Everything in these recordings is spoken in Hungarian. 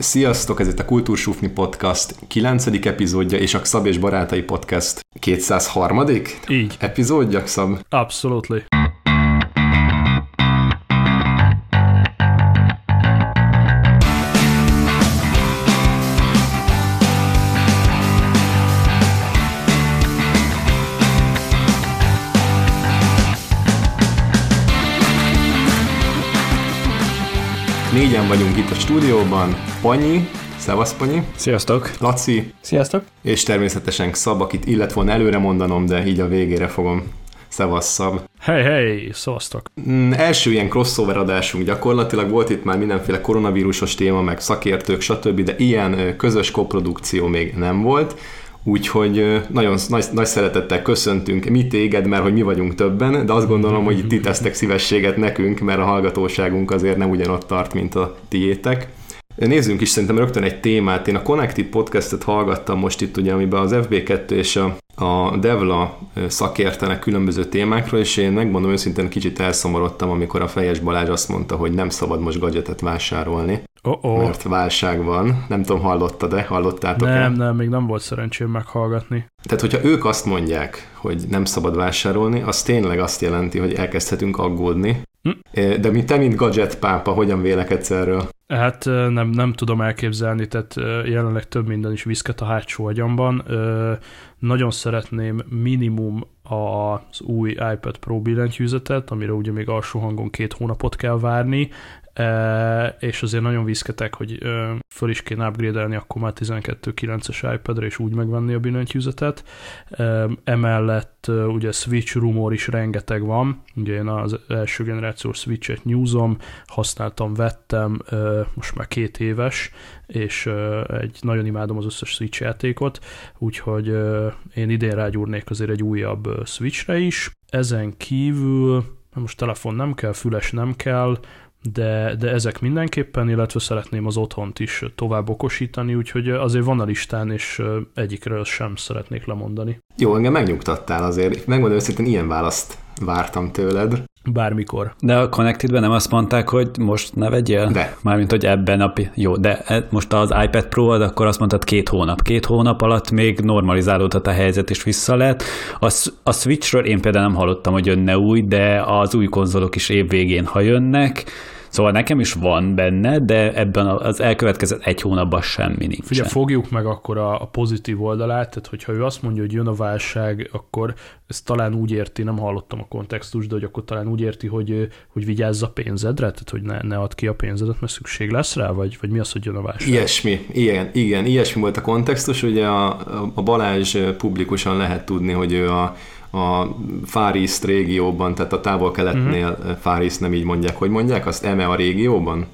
Sziasztok, ez itt a Kultúrsufni Podcast 9. epizódja, és a Xab és Barátai Podcast 203. Így. epizódja, Xab? Absolutely. Négyen vagyunk itt a stúdióban, Panyi, szevasz Panyi. Sziasztok. Laci. Sziasztok. És természetesen Xab, akit illet volna előre mondanom, de így a végére fogom. Szevasz, Szab. Hey, szevasztok. Első ilyen crossover adásunk gyakorlatilag, volt itt már mindenféle koronavírusos téma, meg szakértők, stb., de ilyen közös koprodukció még nem volt. Úgyhogy nagyon nagy szeretettel köszöntünk mi téged, mert hogy mi vagyunk többen, de azt gondolom, hogy ti tesztek szívességet nekünk, mert a hallgatóságunk azért nem ugyanott tart, mint a tiétek. Nézzünk is szerintem rögtön egy témát. Én a Connected podcastet hallgattam most itt, ugye, amiben az FB2 és a Devla szakértenek különböző témákról, és én megmondom őszintén, kicsit elszomorodtam, amikor a Fejes Balázs azt mondta, hogy nem szabad most gadgetet vásárolni, mert válság van. Nem tudom, hallottátok-e? Nem, még nem volt szerencsém meghallgatni. Tehát, hogyha ők azt mondják, hogy nem szabad vásárolni, az tényleg azt jelenti, hogy elkezdhetünk aggódni. De te, mint gadget pápa, hogyan vélekedsz erről? Hát nem tudom elképzelni, tehát jelenleg több minden is viszket a hátsó agyamban. Nagyon szeretném minimum az új iPad Pro billentyűzetet, amire ugye még alsó hangon 2 hónapot kell várni, és azért nagyon viszketek, hogy föl is kéne upgrade-elni akkor már 12.9-es iPad-re, és úgy megvenni a billentyűzetet. Emellett ugye Switch rumor is rengeteg van, ugye én az első generációs Switch-et nyúzom, használtam, vettem, most már 2 éves, és nagyon imádom az összes Switch játékot, úgyhogy én idén rágyúrnék azért egy újabb Switchre is. Ezen kívül most telefon nem kell, füles nem kell, de ezek mindenképpen, illetve szeretném az otthont is tovább okosítani, úgyhogy azért van a listán, és egyikről sem szeretnék lemondani. Jó, engem megnyugtattál azért. Megmondom őszintén, ilyen választ vártam tőled. Bármikor. De a Connected-ben nem azt mondták, hogy most ne vegyél? De. Mármint, hogy ebben jó, de most az iPad Pro-ad, akkor azt mondtad 2 hónap. 2 hónap alatt még normalizálódhat a helyzet, és vissza lehet. A Switchről én például nem hallottam, hogy jönne új, de az új konzolok is évvégén, ha jönnek. Szóval nekem is van benne, de ebben az elkövetkezett 1 hónapban semmi nincs. Figyelj, fogjuk meg akkor a pozitív oldalát, tehát hogyha ő azt mondja, hogy jön a válság, akkor ezt talán úgy érti, nem hallottam a kontextust, de hogy akkor talán úgy érti, hogy vigyázz a pénzedre, tehát hogy ne add ki a pénzedet, mert szükség lesz rá, vagy mi az, hogy jön a válság? Ilyesmi, igen, ilyesmi volt a kontextus, ugye a Balázs publikusan lehet tudni, hogy ő a Far East régióban, tehát a távol-keletnél Far East nem így mondják, hogy mondják, azt EMEA régióban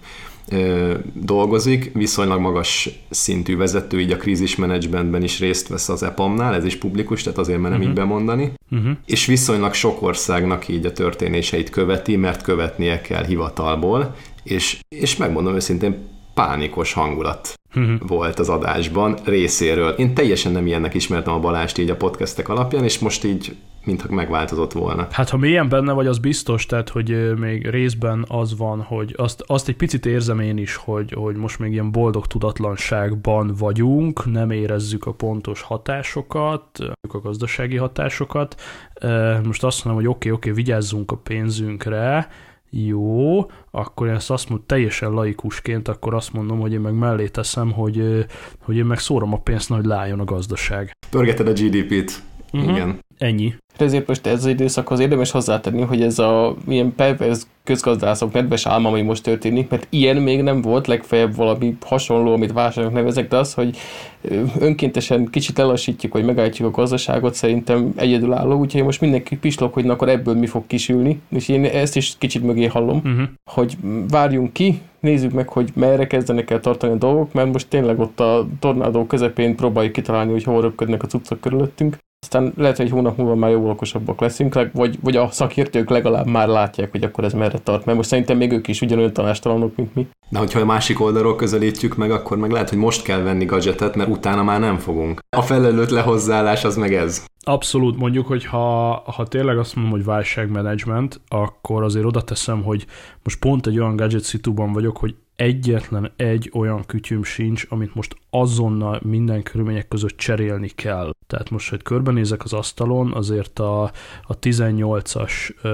dolgozik, viszonylag magas szintű vezető, így a krízismenedzsmentben is részt vesz az EPAM-nál, ez is publikus, tehát azért merem így bemondani, és viszonylag sok országnak így a történéseit követi, mert követnie kell hivatalból, és megmondom őszintén, pánikos hangulat volt az adásban részéről. Én teljesen nem ilyennek ismertem a Balást így a podcastek alapján, és most így mintha megváltozott volna. Hát ha mélyen benne vagy, az biztos, tehát hogy még részben az van, hogy azt egy picit érzem én is, hogy most még ilyen boldog tudatlanságban vagyunk, nem érezzük a pontos hatásokat, a gazdasági hatásokat. Most azt mondom, hogy oké, vigyázzunk a pénzünkre, jó, akkor én ezt azt mondom, teljesen laikusként, akkor azt mondom, hogy én meg mellé teszem, hogy én meg szórom a pénzt, hogy lájon a gazdaság. Pörgeted a GDP-t. Igen. Ennyi. Ezért most ez az időszakhoz érdemes hozzátenni, hogy ez a ilyen perverz közgazdászok nedves álma, ami most történik, mert ilyen még nem volt, legfeljebb valami hasonló, amit válságnak nevezek, de az, hogy önkéntesen kicsit lelassítjuk, vagy megállítjuk a gazdaságot, szerintem egyedülálló, úgyhogy most mindenki pislog, hogy akkor ebből mi fog kisülni, és én ezt is kicsit mögé hallom, hogy várjunk ki, nézzük meg, hogy merre kezdenek el tartani a dolgok, mert most tényleg ott a tornádó közepén próbáljuk kitalálni, hogy hol röpködnek a cuccok körülöttünk. Aztán lehet, hogy egy hónap múlva már jóval okosabbak leszünk, vagy a szakértők legalább már látják, hogy akkor ez merre tart, mert most szerintem még ők is ugyanolyan tanástalanok, mint mi. De hogyha a másik oldalról közelítjük meg, akkor meg lehet, hogy most kell venni gadgetet, mert utána már nem fogunk. A felelőtlen hozzáállás az meg ez. Abszolút, mondjuk, hogy ha tényleg azt mondom, hogy válságmenedzsment, akkor azért oda teszem, hogy most pont egy olyan gadget szituban vagyok, hogy egyetlen egy olyan kütyüm sincs, amit most azonnal minden körülmények között cserélni kell. Tehát most, hogy körbenézek az asztalon, azért a 18-as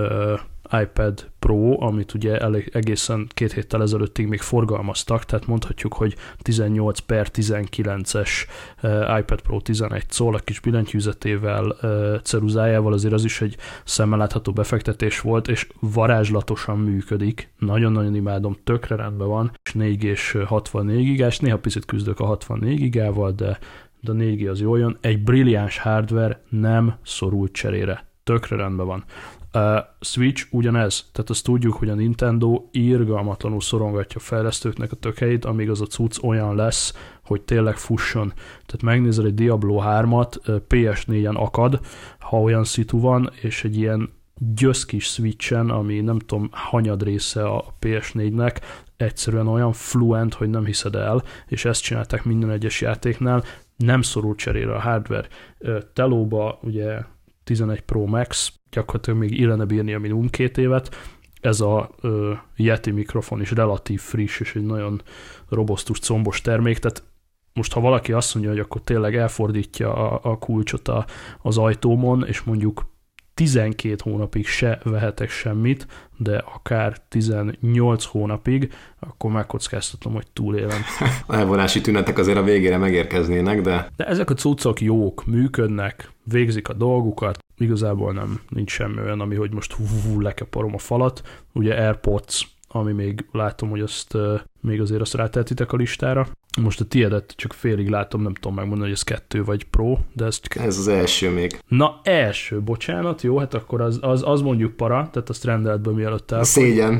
iPad Pro, amit ugye egészen 2 héttel ezelőttig még forgalmaztak, tehát mondhatjuk, hogy 18/19-es iPad Pro 11 szól, a kis billentyűzetével, ceruzájával, azért az is egy szemmel látható befektetés volt, és varázslatosan működik. Nagyon-nagyon imádom, tökre rendben van, és 4G-s 64 gigás, néha picit küzdök a 64 gigával, de a 4G az jól jön. Egy brilliáns hardware nem szorult cserére. Tökre rendben van. Switch ugyanez, tehát azt tudjuk, hogy a Nintendo irgalmatlanul szorongatja a fejlesztőknek a tökeit, amíg az a cucc olyan lesz, hogy tényleg fusson. Tehát megnézel egy Diablo 3-at, PS4-en akad, ha olyan szitu van, és egy ilyen gyöszkis Switchen, ami nem tudom, hanyad része a PS4-nek, egyszerűen olyan fluent, hogy nem hiszed el, és ezt csinálták minden egyes játéknál, nem szorul cserére a hardware. Telóba ugye 11 Pro Max, gyakorlatilag még illene bírni a minimum 2 évet. Ez a Yeti mikrofon is relatív friss, és egy nagyon robosztus, combos termék, tehát most ha valaki azt mondja, hogy akkor tényleg elfordítja a kulcsot az ajtómon, és mondjuk 12 hónapig se vehetek semmit, de akár 18 hónapig, akkor megkockáztatom, hogy túlélem. A elvonási tünetek azért a végére megérkeznének, de... De ezek a cuccok jók, működnek, végzik a dolgukat, igazából nincs semmi olyan, ami hogy most lekeparom a falat. Ugye AirPods, ami még látom, hogy azt még azért azt rátehetitek a listára. Most a tiédet csak félig látom, nem tudom megmondani, hogy ez 2 vagy Pro, de ez az első még. Na, első, bocsánat, jó, hát akkor az mondjuk para, tehát azt rendelt be mielőtt elfogy. Szégyen.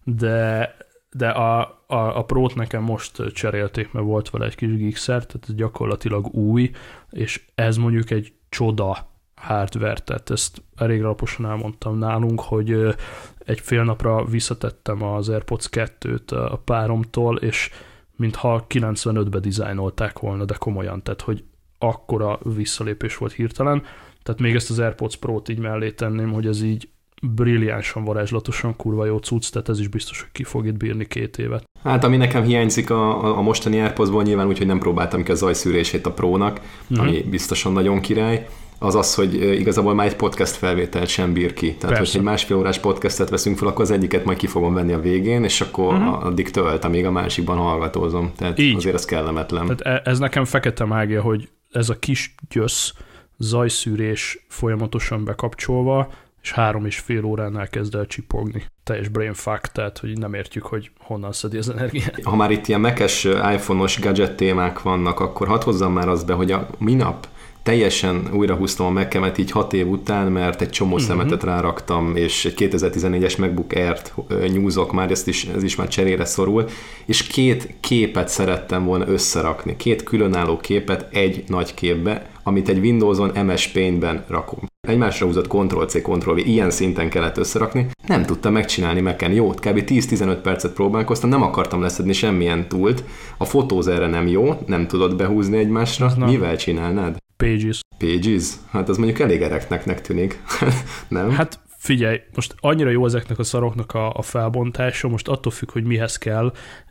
De a Pro-t nekem most cserélték, mert volt vele egy kis gigszer, tehát ez gyakorlatilag új, és ez mondjuk egy csoda hardware, tehát ezt elég alaposan elmondtam nálunk, hogy egy fél napra visszatettem az AirPods 2-t a páromtól, és mintha 95-be dizájnolták volna, de komolyan, tehát hogy akkora visszalépés volt hirtelen, tehát még ezt az AirPods Pro-t így mellé tenném, hogy ez így brilliánsan, varázslatosan kurva jó cucc, tehát ez is biztos, hogy ki fog itt bírni 2 évet. Hát ami nekem hiányzik a mostani AirPodsból, nyilván úgy, hogy nem próbáltam ki a zajszűrését a Pro-nak, ami biztosan nagyon király, az, hogy igazából már egy podcast felvételt sem bír ki. Tehát, hogy egy 1,5 órás podcastet veszünk fel, akkor az egyiket majd ki fogom venni a végén, és akkor addig tölt, amíg a másikban hallgatózom. Tehát így. Azért ez kellemetlen. Tehát ez nekem fekete mágia, hogy ez a kis gyösz zajszűrés folyamatosan bekapcsolva, és 3,5 óránál kezd el csipogni. Teljes brainfuck, tehát hogy nem értjük, hogy honnan szedi az energiát. Ha már itt ilyen Mac-es, iPhone-os gadget témák vannak, akkor hadd hozzam már azt be, hogy a minap teljesen újra húztam a Mac-emet így 6 év után, mert egy csomó szemetet ráraktam, és egy 2014-es MacBook Air-t nyúzok már, ez is már cserére szorul, és 2 képet szerettem volna összerakni. 2 különálló képet egy nagy képbe, amit egy Windowson MS Paint-ben rakom. Egymásra húzott Ctrl-C, Ctrl-V, ilyen szinten kellett összerakni. Nem tudtam megcsinálni Mac-en. Jó, kb. 10-15 percet próbálkoztam, nem akartam leszedni semmilyen túlt. A fotóz erre nem jó, nem tudod behúzni egymásra. Mivel csinálnád? Pages? Hát az mondjuk elég ereknek tűnik. Nem? Hát figyelj, most annyira jó ezeknek a szaroknak a felbontása, most attól függ, hogy mihez kell.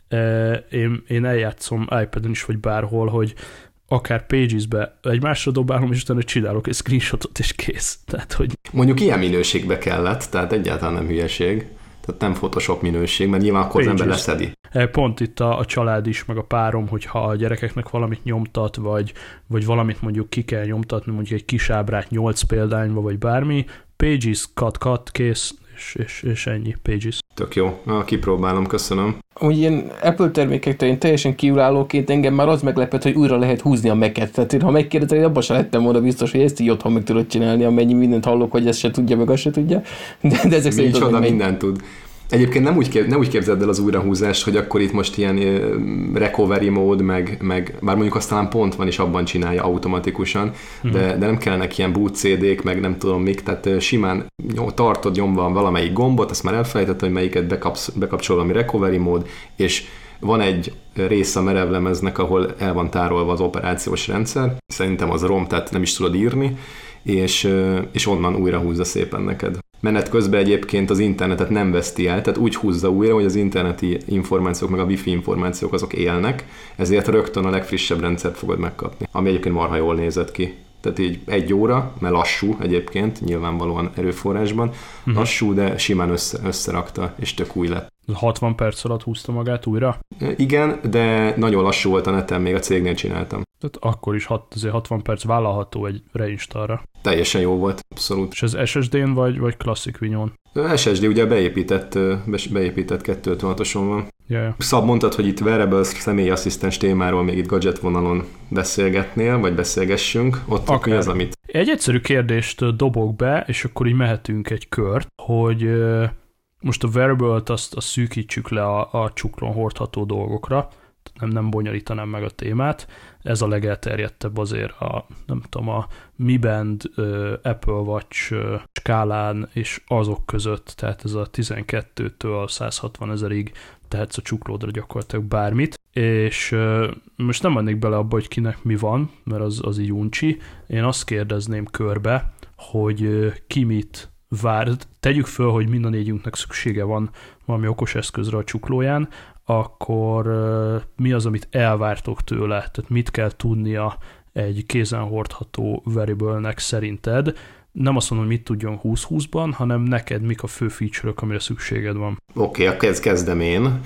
Én eljátszom iPad-en is, vagy bárhol, hogy akár Pages-be egymásra dobálom, és utána csinálok egy screenshotot, és kész. Tehát, hogy... Mondjuk ilyen minőségbe kellett, tehát egyáltalán nem hülyeség. Tehát nem Photoshop minőség, mert nyilván akkor az ember leszedi. Pont itt a család is, meg a párom, hogyha a gyerekeknek valamit nyomtat, vagy valamit mondjuk ki kell nyomtatni, mondjuk egy kis ábrát 8 példányba, vagy bármi, Pages, cut, kész, és ennyi, Pages. Tök jó, kipróbálom, köszönöm. Úgy ilyen Apple termékektől én teljesen kívülállóként engem már az meglepett, hogy újra lehet húzni a Mac-et. Tehát én, ha megkérdezem, én abban sem lettem volna biztos, hogy ezt így otthon meg tudod csinálni, amennyi mindent hallok, hogy ezt se tudja, meg azt se tudja. De ezek szerint micsoda mindent tud. Egyébként nem úgy képzeld el az újrahúzást, hogy akkor itt most ilyen recovery mód, meg bár mondjuk azt talán pont van, és abban csinálja automatikusan, de nem kellenek ilyen boot CD-k, meg nem tudom mik, tehát simán tartod nyomva valamelyik gombot, azt már elfelejtett, hogy melyiket bekapcsol valami recovery mód, és van egy része a merevlemeznek, ahol el van tárolva az operációs rendszer, szerintem az ROM, tehát nem is tudod írni, és onnan újra húzza szépen neked. Menet közben egyébként az internetet nem veszti el, tehát úgy húzza újra, hogy az interneti információk meg a wifi információk azok élnek, ezért rögtön a legfrissebb rendszert fogod megkapni, ami egyébként marha jól nézett ki. Tehát így 1 óra, mert lassú egyébként, nyilvánvalóan erőforrásban, lassú, de simán összerakta, és tök új lett. 60 perc alatt húzta magát újra? Igen, de nagyon lassú volt a neten, még a cégnél csináltam. Tehát akkor is 60 perc vállalható egy reinstallra. Teljesen jó volt, abszolút. És ez SSD-n vagy Classic Winyon? SSD ugye beépített 256-oson van. Yeah. Szab, mondtad, hogy itt wearables személyi asszisztens témáról még itt gadget vonalon beszélgetnél, vagy beszélgessünk. Ott mi az, amit... Egy egyszerű kérdést dobok be, és akkor így mehetünk egy kört, hogy most a wearable-t azt szűkítsük le a csuklón hordható dolgokra, nem bonyolítanám meg a témát. Ez a legelterjedtebb azért a Mi Band, Apple Watch skálán és azok között, tehát ez a 12-től 160 000-ig tehetsz a csuklódra gyakorlatilag bármit, és most nem mennék bele abba, hogy kinek mi van, mert az így uncsi. Én azt kérdezném körbe, hogy ki mit vár. Tegyük föl, hogy mind a négyünknek szüksége van valami okos eszközre a csuklóján, akkor mi az, amit elvártok tőle? Tehát mit kell tudnia egy kézen hordható wearable-nek szerinted? Nem azt mondom, hogy mit tudjon 20-20-ban, hanem neked mik a fő feature-ök, amire szükséged van. Oké, akkor kezdem én.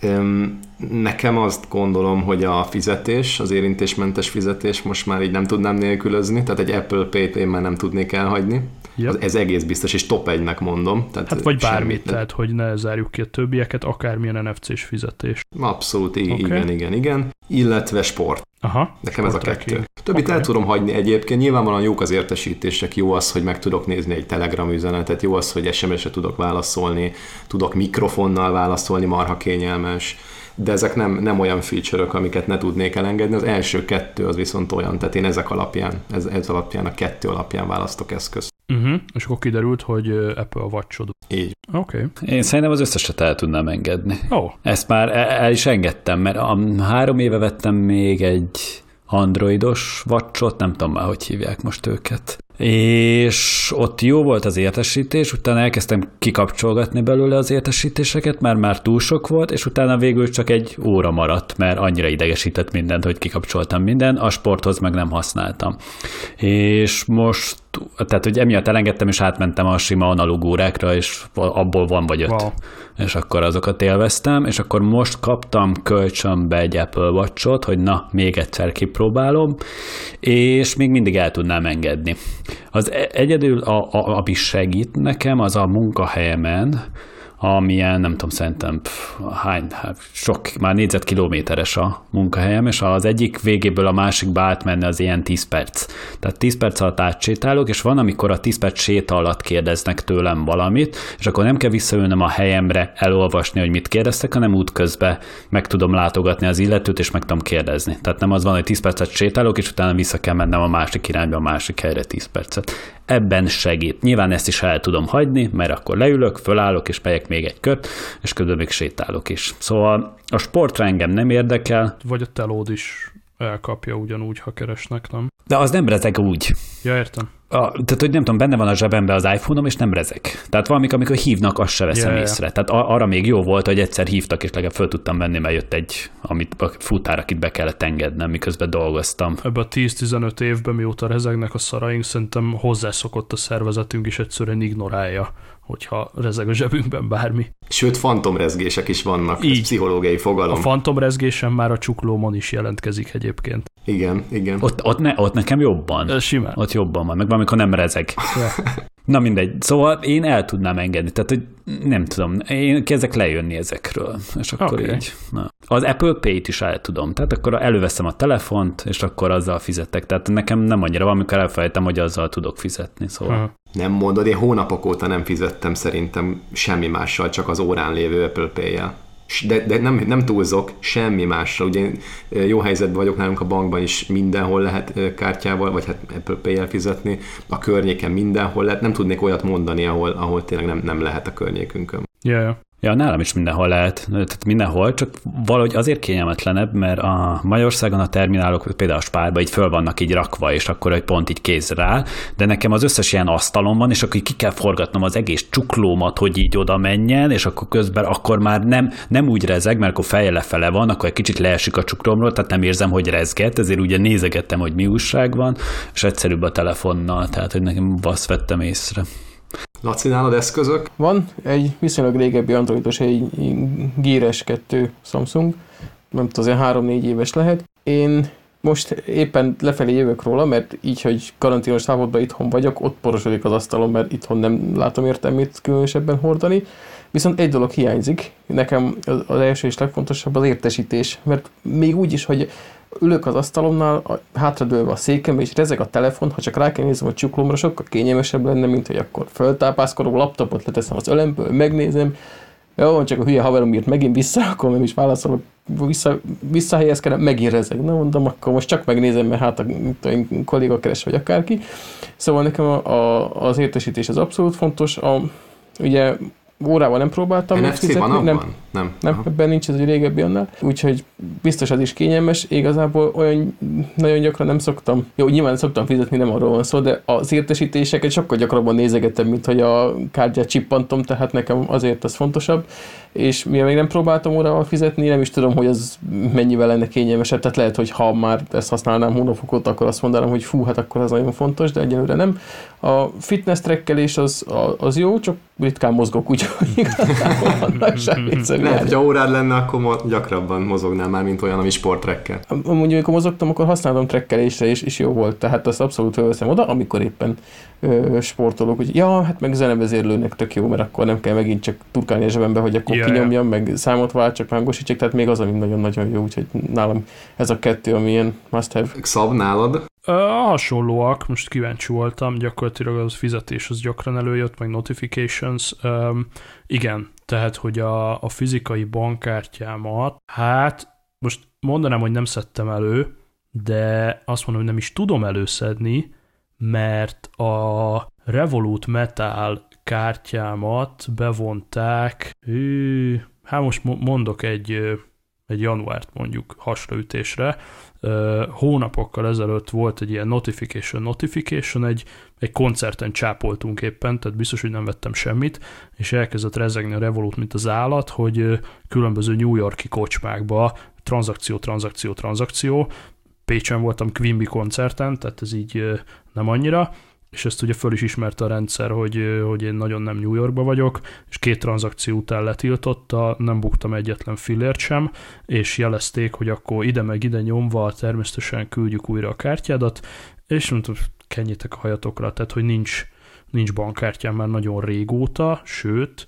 Nekem azt gondolom, hogy a fizetés, az érintésmentes fizetés most már így nem tudnám nélkülözni, tehát egy Apple Pay-t én már nem tudnék elhagyni. Yep. Ez egész biztos, és top 1-nek mondom. Tehát hát vagy bármit, tehát hogy ne zárjuk ki a többieket, akármilyen NFC-s fizetés. Abszolút, igen. Illetve sport. Aha, nekem ez a 2. Többit el tudom hagyni egyébként. Nyilvánvalóan jók az értesítések, jó az, hogy meg tudok nézni egy Telegram üzenetet, jó az, hogy SMS-re tudok válaszolni, tudok mikrofonnal válaszolni, marha kényelmes, de ezek nem olyan feature-ök, amiket ne tudnék elengedni. Az első 2 az viszont olyan, tehát én ezek alapján, ez alapján, a 2 alapján választok eszközt. És akkor kiderült, hogy Apple Watch-od. Így. Oké. Én szerintem az összeset el tudnám engedni. Oh. Ezt már el is engedtem, mert 3 éve vettem még egy androidos watchot, nem tudom már, hogy hívják most őket. És ott jó volt az értesítés, utána elkezdtem kikapcsolgatni belőle az értesítéseket, mert már túl sok volt, és utána végül csak 1 óra maradt, mert annyira idegesített mindent, hogy kikapcsoltam minden, a sporthoz meg nem használtam. És most, tehát hogy emiatt elengedtem, és átmentem a sima analóg órákra, és abból van vagy 5. Wow. És akkor azokat élveztem, és akkor most kaptam kölcsönbe egy Apple Watch-ot, hogy na, még egyszer kipróbálom, és még mindig el tudnám engedni. Az egyedül, ami segít nekem, az a munkahelyemen, amilyen, nem tudom, szerintem már négyzetkilométeres a munkahelyem, és az egyik végéből a másikba átmenni az ilyen 10 perc. Tehát 10 perc alatt átsétálok, és van, amikor a 10 perc séta alatt kérdeznek tőlem valamit, és akkor nem kell visszaülnöm a helyemre elolvasni, hogy mit kérdeztek, hanem útközben meg tudom látogatni az illetőt, és meg tudom kérdezni. Tehát nem az van, hogy 10 percet sétálok, és utána vissza kell mennem a másik irányba, a másik helyre 10 percet. Ebben segít. Nyilván ezt is el tudom hagyni, mert akkor leülök, fölállok, és megyek még egy kört, és közben még sétálok is. Szóval a sportra engem nem érdekel. Vagy a telód is elkapja ugyanúgy, ha keresnek, nem? De az nem rezeg úgy. Ja, értem. Tehát, hogy nem tudom, benne van a zsebemben az iPhone-om, és nem rezeg. Tehát valamik, amikor hívnak, azt se veszem észre. Tehát arra még jó volt, hogy egyszer hívtak, és legalább föl tudtam venni, mert jött egy futár, akit be kellett engednem, miközben dolgoztam. Ebben a 10-15 évben, mióta rezegnek a szaraink, szerintem hozzászokott a szervezetünk, és egyszerűen ignorálja, hogyha rezeg a zsebünkben bármi. Sőt, fantomrezgések is vannak, ez pszichológiai fogalom. A fantomrezgésen már a csuklómon is jelentkezik egyébként. Igen. Ott nekem jobban. Simán. Ott jobban van, meg valamikor nem rezeg. Na mindegy. Szóval én el tudnám engedni. Tehát, hogy nem tudom, én kezdek lejönni ezekről. És akkor így. Na. Az Apple Pay-t is el tudom. Tehát akkor előveszem a telefont, és akkor azzal fizetek. Tehát nekem nem annyira van, amikor elfelejtem, hogy azzal tudok fizetni. Szóval. Nem mondod, én hónapok óta nem fizettem szerintem semmi mással, csak az órán lévő Apple Pay-jel. De nem túlzok, semmi másra. Ugye jó helyzetben vagyok, nálunk a bankban is mindenhol lehet kártyával, vagy hát Apple Pay-jel fizetni, a környéken mindenhol lehet. Nem tudnék olyat mondani, ahol tényleg nem lehet a környékünkön. Yeah. Ja, nálam is mindenhol lehet, tehát mindenhol, csak valahogy azért kényelmetlenebb, mert a Magyarországon a terminálok például a Spárba így föl vannak így rakva, és akkor egy pont így kézre áll, de nekem az összes ilyen asztalon van, és akkor így ki kell forgatnom az egész csuklómat, hogy így oda menjen, és akkor közben akkor már nem úgy rezeg, mert akkor feje lefele van, akkor egy kicsit leesik a csuklómról, tehát nem érzem, hogy rezget, ezért ugye nézegettem, hogy mi újság van, és egyszerűbb a telefonnal, tehát hogy nekem azt vettem észre. Laci, nálad eszközök? Van egy viszonylag régebbi androidos, egy Gear S2 Samsung, nem tudom, azért 3-4 éves lehet. Én most éppen lefelé jövök róla, mert így, hogy karanténos távolban itthon vagyok, ott porosodik az asztalon, mert itthon nem látom értelmét különösebben hordani. Viszont egy dolog hiányzik, nekem az első és legfontosabb az értesítés, mert még úgy is, hogy ülök az asztalomnál, hátradőlve a székembe, és rezeg a telefon, ha csak rá kell nézem a csuklómra, sokkal kényelmesebb lenne, mint hogy akkor föltápászkodom, a laptopot leteszem az ölemből, megnézem, jó, csak a hülye haverom írt megint vissza, akkor nem is válaszolok, visszahelyezkedem, megint rezeg. Na mondom, akkor most csak megnézem, mert hát a kolléga keres, vagy akárki. Szóval nekem az értesítés az abszolút fontos. Ugye órával nem próbáltam NFC van abban? Nem, ebben nincs, ez egy régebbi annál. Úgyhogy biztos az is kényelmes. Igazából olyan nagyon gyakran nem szoktam. Jó, nyilván szoktam fizetni, nem arról van szó, de az értesítéseket sokkal gyakrabban nézegetem, mint hogy a kártyát csippantom, tehát nekem azért az fontosabb. És mivel még nem próbáltam órával fizetni, nem is tudom, hogy az mennyivel lenne kényelmesebb. Tehát lehet, hogy ha már ezt használnám hónapok óta, akkor azt mondanám, hogy fú, hát akkor az nagyon fontos, de egyelőre nem. A fitness trackelés az jó, csak ritkán mozgok, úgyhogy igazából vannak semmi. Lehet, hogy órád lenne, akkor gyakrabban mozognál már, mint olyan, ami sporttrekkel. Mondjuk, amikor mozogtam, akkor használtam trekkelésre, és jó volt. Tehát azt abszolút felveszem oda, amikor éppen sportolok. Úgy, ja, hát meg zenevezérlőnek tök jó, mert akkor nem kell megint csak turkálni a zsebembe, hogy akkor kinyomjam, meg számot váltsak, hangosítsak, tehát még az, ami nagyon-nagyon jó, úgyhogy nálam ez a kettő, ami ilyen must have. Szab, nálad? Hasonlóak, most kíváncsi voltam, gyakorlatilag az fizetés az gyakran előjött, meg notifications. Igen, tehát, hogy a fizikai bankkártyámat, hát most mondanám, hogy nem szedtem elő, de azt mondom, hogy nem is tudom előszedni, mert a Revolut Metal kártyámat bevonták, hát most mondok egy januárt mondjuk hasraütésre, hónapokkal ezelőtt volt egy ilyen notification, egy koncerten csápoltunk éppen, tehát biztos, hogy nem vettem semmit, és elkezdett rezegni a Revolut, mint az állat, hogy különböző New York-i kocsmákba tranzakció, Pécsen voltam Quimby koncerten, tehát ez így nem annyira, és ezt ugye föl is ismerte a rendszer, hogy én nagyon nem New Yorkba vagyok, és 2 tranzakció után letiltotta, nem buktam egyetlen fillért sem, és jelezték, hogy akkor ide meg ide nyomva természetesen küldjük újra a kártyádat, és mondtam, kenjétek a hajatokra, tehát hogy nincs bankkártyám már nagyon régóta, sőt,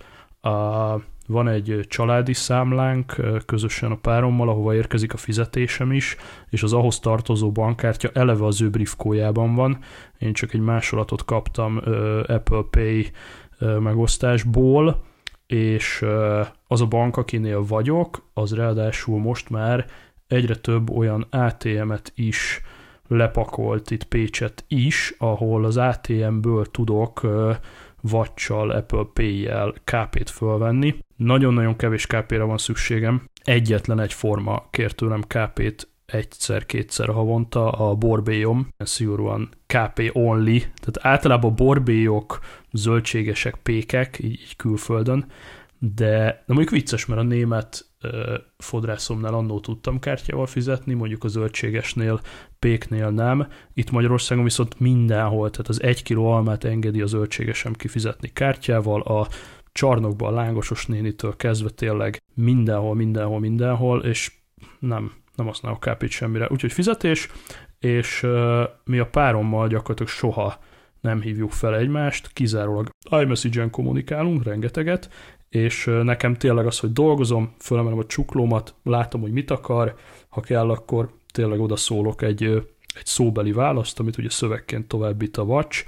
van egy családi számlánk közösen a párommal, ahova érkezik a fizetésem is, és az ahhoz tartozó bankkártya eleve az ő briefkójában van. Én csak egy másolatot kaptam Apple Pay megosztásból, és az a bank, akinél vagyok, az ráadásul most már egyre több olyan ATM-et is lepakolt itt Pécset is, ahol az ATM-ből tudok Watch-sal, Apple Pay-jel KP-t fölvenni. Nagyon-nagyon kevés KP-re van szükségem. Egyetlen egy forma kér tőlem KP-t egyszer-kétszer havonta, a borbélyom, szigorúan KP only, tehát általában borbélyok, zöldségesek, pékek, így külföldön, de mondjuk vicces, mert a német fodrászomnál annól tudtam kártyával fizetni, mondjuk a zöldségesnél, péknél nem. Itt Magyarországon viszont mindenhol, tehát az 1 kiló almát engedi a zöldségesem kifizetni kártyával, a csarnokban a lángosos nénitől kezdve tényleg mindenhol, és nem használok KP-t semmire. Úgyhogy fizetés, és mi a párommal gyakorlatilag soha nem hívjuk fel egymást, kizárólag iMessage-en kommunikálunk rengeteget, és nekem tényleg az, hogy dolgozom, fölemelem a csuklómat, látom, hogy mit akar, ha kell, akkor tényleg oda szólok egy szóbeli választ, amit ugye szövegként továbbít a Watch,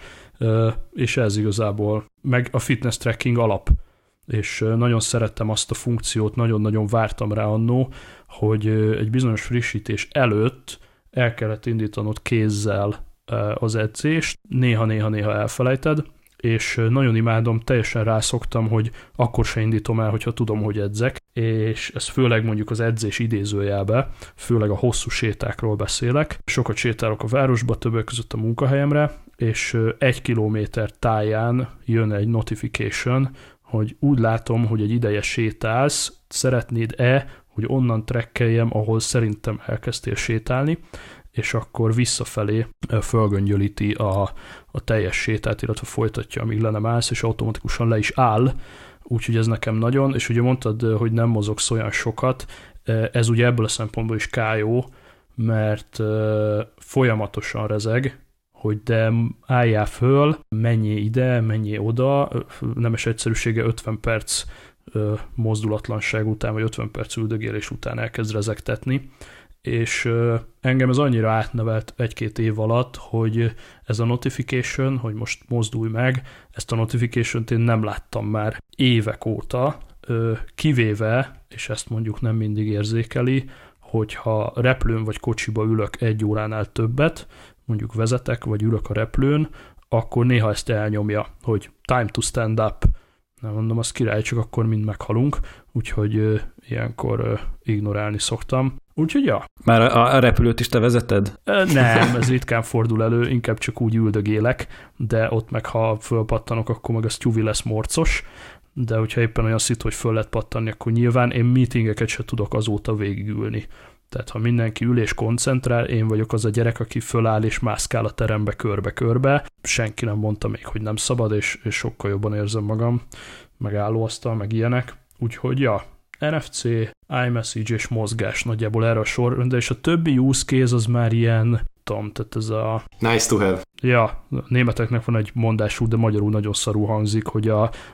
és ez igazából meg a fitness tracking alap, és nagyon szerettem azt a funkciót, nagyon-nagyon vártam rá annó, hogy egy bizonyos frissítés előtt el kellett indítanod kézzel az edzést, néha elfelejted, és nagyon imádom, teljesen rászoktam, hogy akkor se indítom el, hogyha tudom, hogy edzek, és ez főleg mondjuk az edzés idézőjelbe, főleg a hosszú sétákról beszélek. Sokat sétálok a városba, többek között a munkahelyemre, és 1 kilométer táján jön egy notification, hogy úgy látom, hogy egy ideje sétálsz, szeretnéd-e, hogy onnan trekkeljem, ahol szerintem elkezdtél sétálni, és akkor visszafelé fölgöngyölíti a teljes sétát, illetve folytatja, amíg le nem állsz, és automatikusan le is áll, úgyhogy ez nekem nagyon, és ugye mondtad, hogy nem mozogsz olyan sokat, ez ugye ebből a szempontból is kájó, mert folyamatosan rezeg, hogy de álljál föl, menjél ide, menjél oda, nemes egyszerűsége 50 perc mozdulatlanság után, vagy 50 perc üldögélés után elkezd rezegtetni, és engem ez annyira átnevelt 1-2 év alatt, hogy ez a notification, hogy most mozdulj meg, ezt a notification-t én nem láttam már évek óta, kivéve, és ezt mondjuk nem mindig érzékeli, hogyha repülőn vagy kocsiba ülök 1 óránál többet, mondjuk vezetek, vagy ülök a repülőn, akkor néha ezt elnyomja, hogy time to stand up. Nem mondom, az király, csak akkor mind meghalunk, úgyhogy ilyenkor ignorálni szoktam. Úgyhogy ja. Már a repülőt is te vezeted? Nem, ez ritkán fordul elő, inkább csak úgy üldögélek, de ott meg ha fölpattanok, akkor meg az tyúvi lesz morcos, de hogyha éppen olyan szit, hogy föl lehet pattanni, akkor nyilván én meetingeket se tudok azóta végigülni. Tehát ha mindenki ül és koncentrál, én vagyok az a gyerek, aki föláll és mászkál a terembe körbe-körbe. Senki nem mondta még, hogy nem szabad, és sokkal jobban érzem magam, meg állóasztal, meg ilyenek. Úgyhogy ja, NFC, iMessage és mozgás nagyjából erre a sor, de és a többi use case az már ilyen, tudom, tehát ez a... Nice to have. Ja, németeknek van egy mondásuk, de magyarul nagyon szarul hangzik, hogy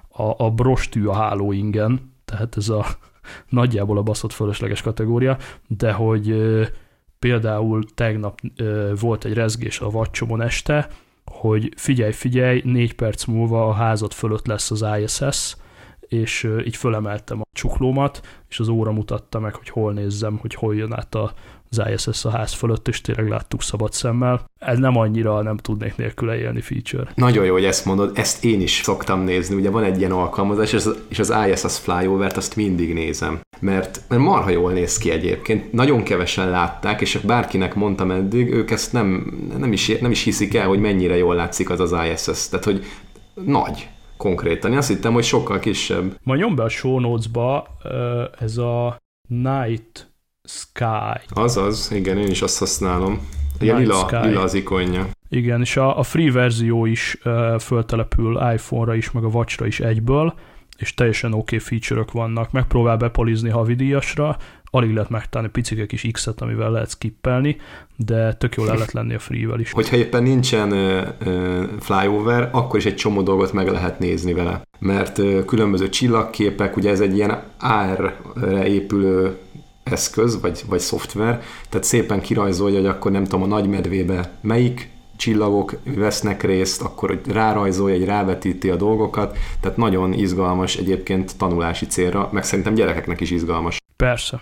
a brostű a hálóingen, tehát ez a nagyjából a baszott fölösleges kategória, de hogy például tegnap volt egy rezgés a vadcsomon este, hogy figyelj, 4 perc múlva a házad fölött lesz az ISS, és így fölemeltem a csuklómat, és az óra mutatta meg, hogy hol nézzem, hogy hol jön át az ISS a ház fölött, és tényleg láttuk szabad szemmel. Ez nem annyira nem tudnék nélküle élni feature. Nagyon jó, hogy ezt mondod, ezt én is szoktam nézni, ugye van egy ilyen alkalmazás, és az ISS Flyover-t azt mindig nézem, mert marha jól néz ki egyébként, nagyon kevesen látták, és bárkinek mondtam eddig, ők ezt nem is hiszik el, hogy mennyire jól látszik az ISS, tehát hogy nagy. Konkrétan. Én azt hittem, hogy sokkal kisebb. Ma nyom be a show notes-ba ez a Night Sky. Azaz, igen, én is azt használom. Ilyen lila az ikonja. Igen, és a free verzió is föltelepül iPhone-ra is, meg a Watch-ra is egyből, és teljesen oké feature-ök vannak. Megpróbál bepolizni havidíjasra, alig lehet megtalálni picike kis X-et, amivel lehet skippelni, de tök jól el lehet lenni a free-vel is. Hogyha éppen nincsen flyover, akkor is egy csomó dolgot meg lehet nézni vele. Mert különböző csillagképek, ugye ez egy ilyen AR-re épülő eszköz, vagy szoftver, tehát szépen kirajzolja, hogy akkor nem tudom, a nagymedvébe melyik csillagok vesznek részt, akkor rárajzolja, rávetíti a dolgokat, tehát nagyon izgalmas egyébként tanulási célra, meg szerintem gyerekeknek is izgalmas. Persze,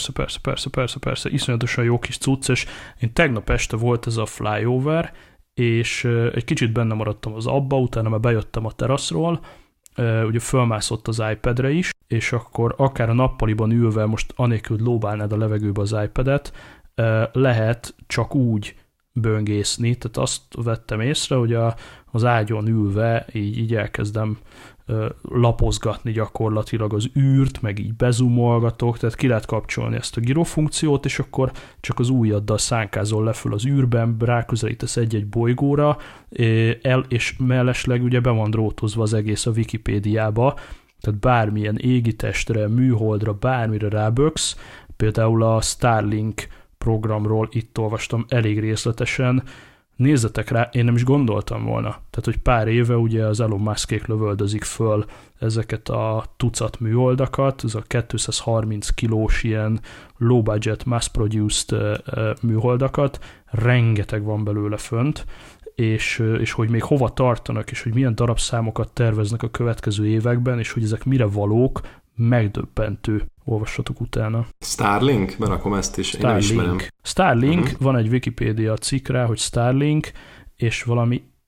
iszonyatosan jó kis cucc, és én tegnap este volt ez a flyover, és egy kicsit benne maradtam az abba, utána már bejöttem a teraszról, ugye fölmászott az iPadre is, és akkor akár a nappaliban ülve, most anélkül lóbálnád a levegőbe az iPadet, lehet csak úgy böngészni, tehát azt vettem észre, hogy az ágyon ülve így elkezdem lapozgatni gyakorlatilag az űrt, meg így bezumolgatok, tehát ki lehet kapcsolni ezt a gyrofunkciót, és akkor csak az ujjaddal szánkázol le föl az űrben, ráközelítesz egy-egy bolygóra, és mellesleg ugye be van drótozva az egész a Wikipédiába, tehát bármilyen égitestre, műholdra, bármire ráböksz, például a Starlink programról itt olvastam elég részletesen, nézzetek rá, én nem is gondoltam volna. Tehát, hogy pár éve ugye az Elon Muskék lövöldözik föl ezeket a tucat műholdakat, ez a 230 kilós ilyen low budget mass produced műholdakat, rengeteg van belőle fönt, és hogy még hova tartanak, és hogy milyen darabszámokat terveznek a következő években, és hogy ezek mire valók, megdöbbentő. Olvassatok utána. Starlink? Berakom ezt is, Starlink. Én nem ismerem. Starlink, van egy Wikipédia cikk rá, hogy Starlink, és valami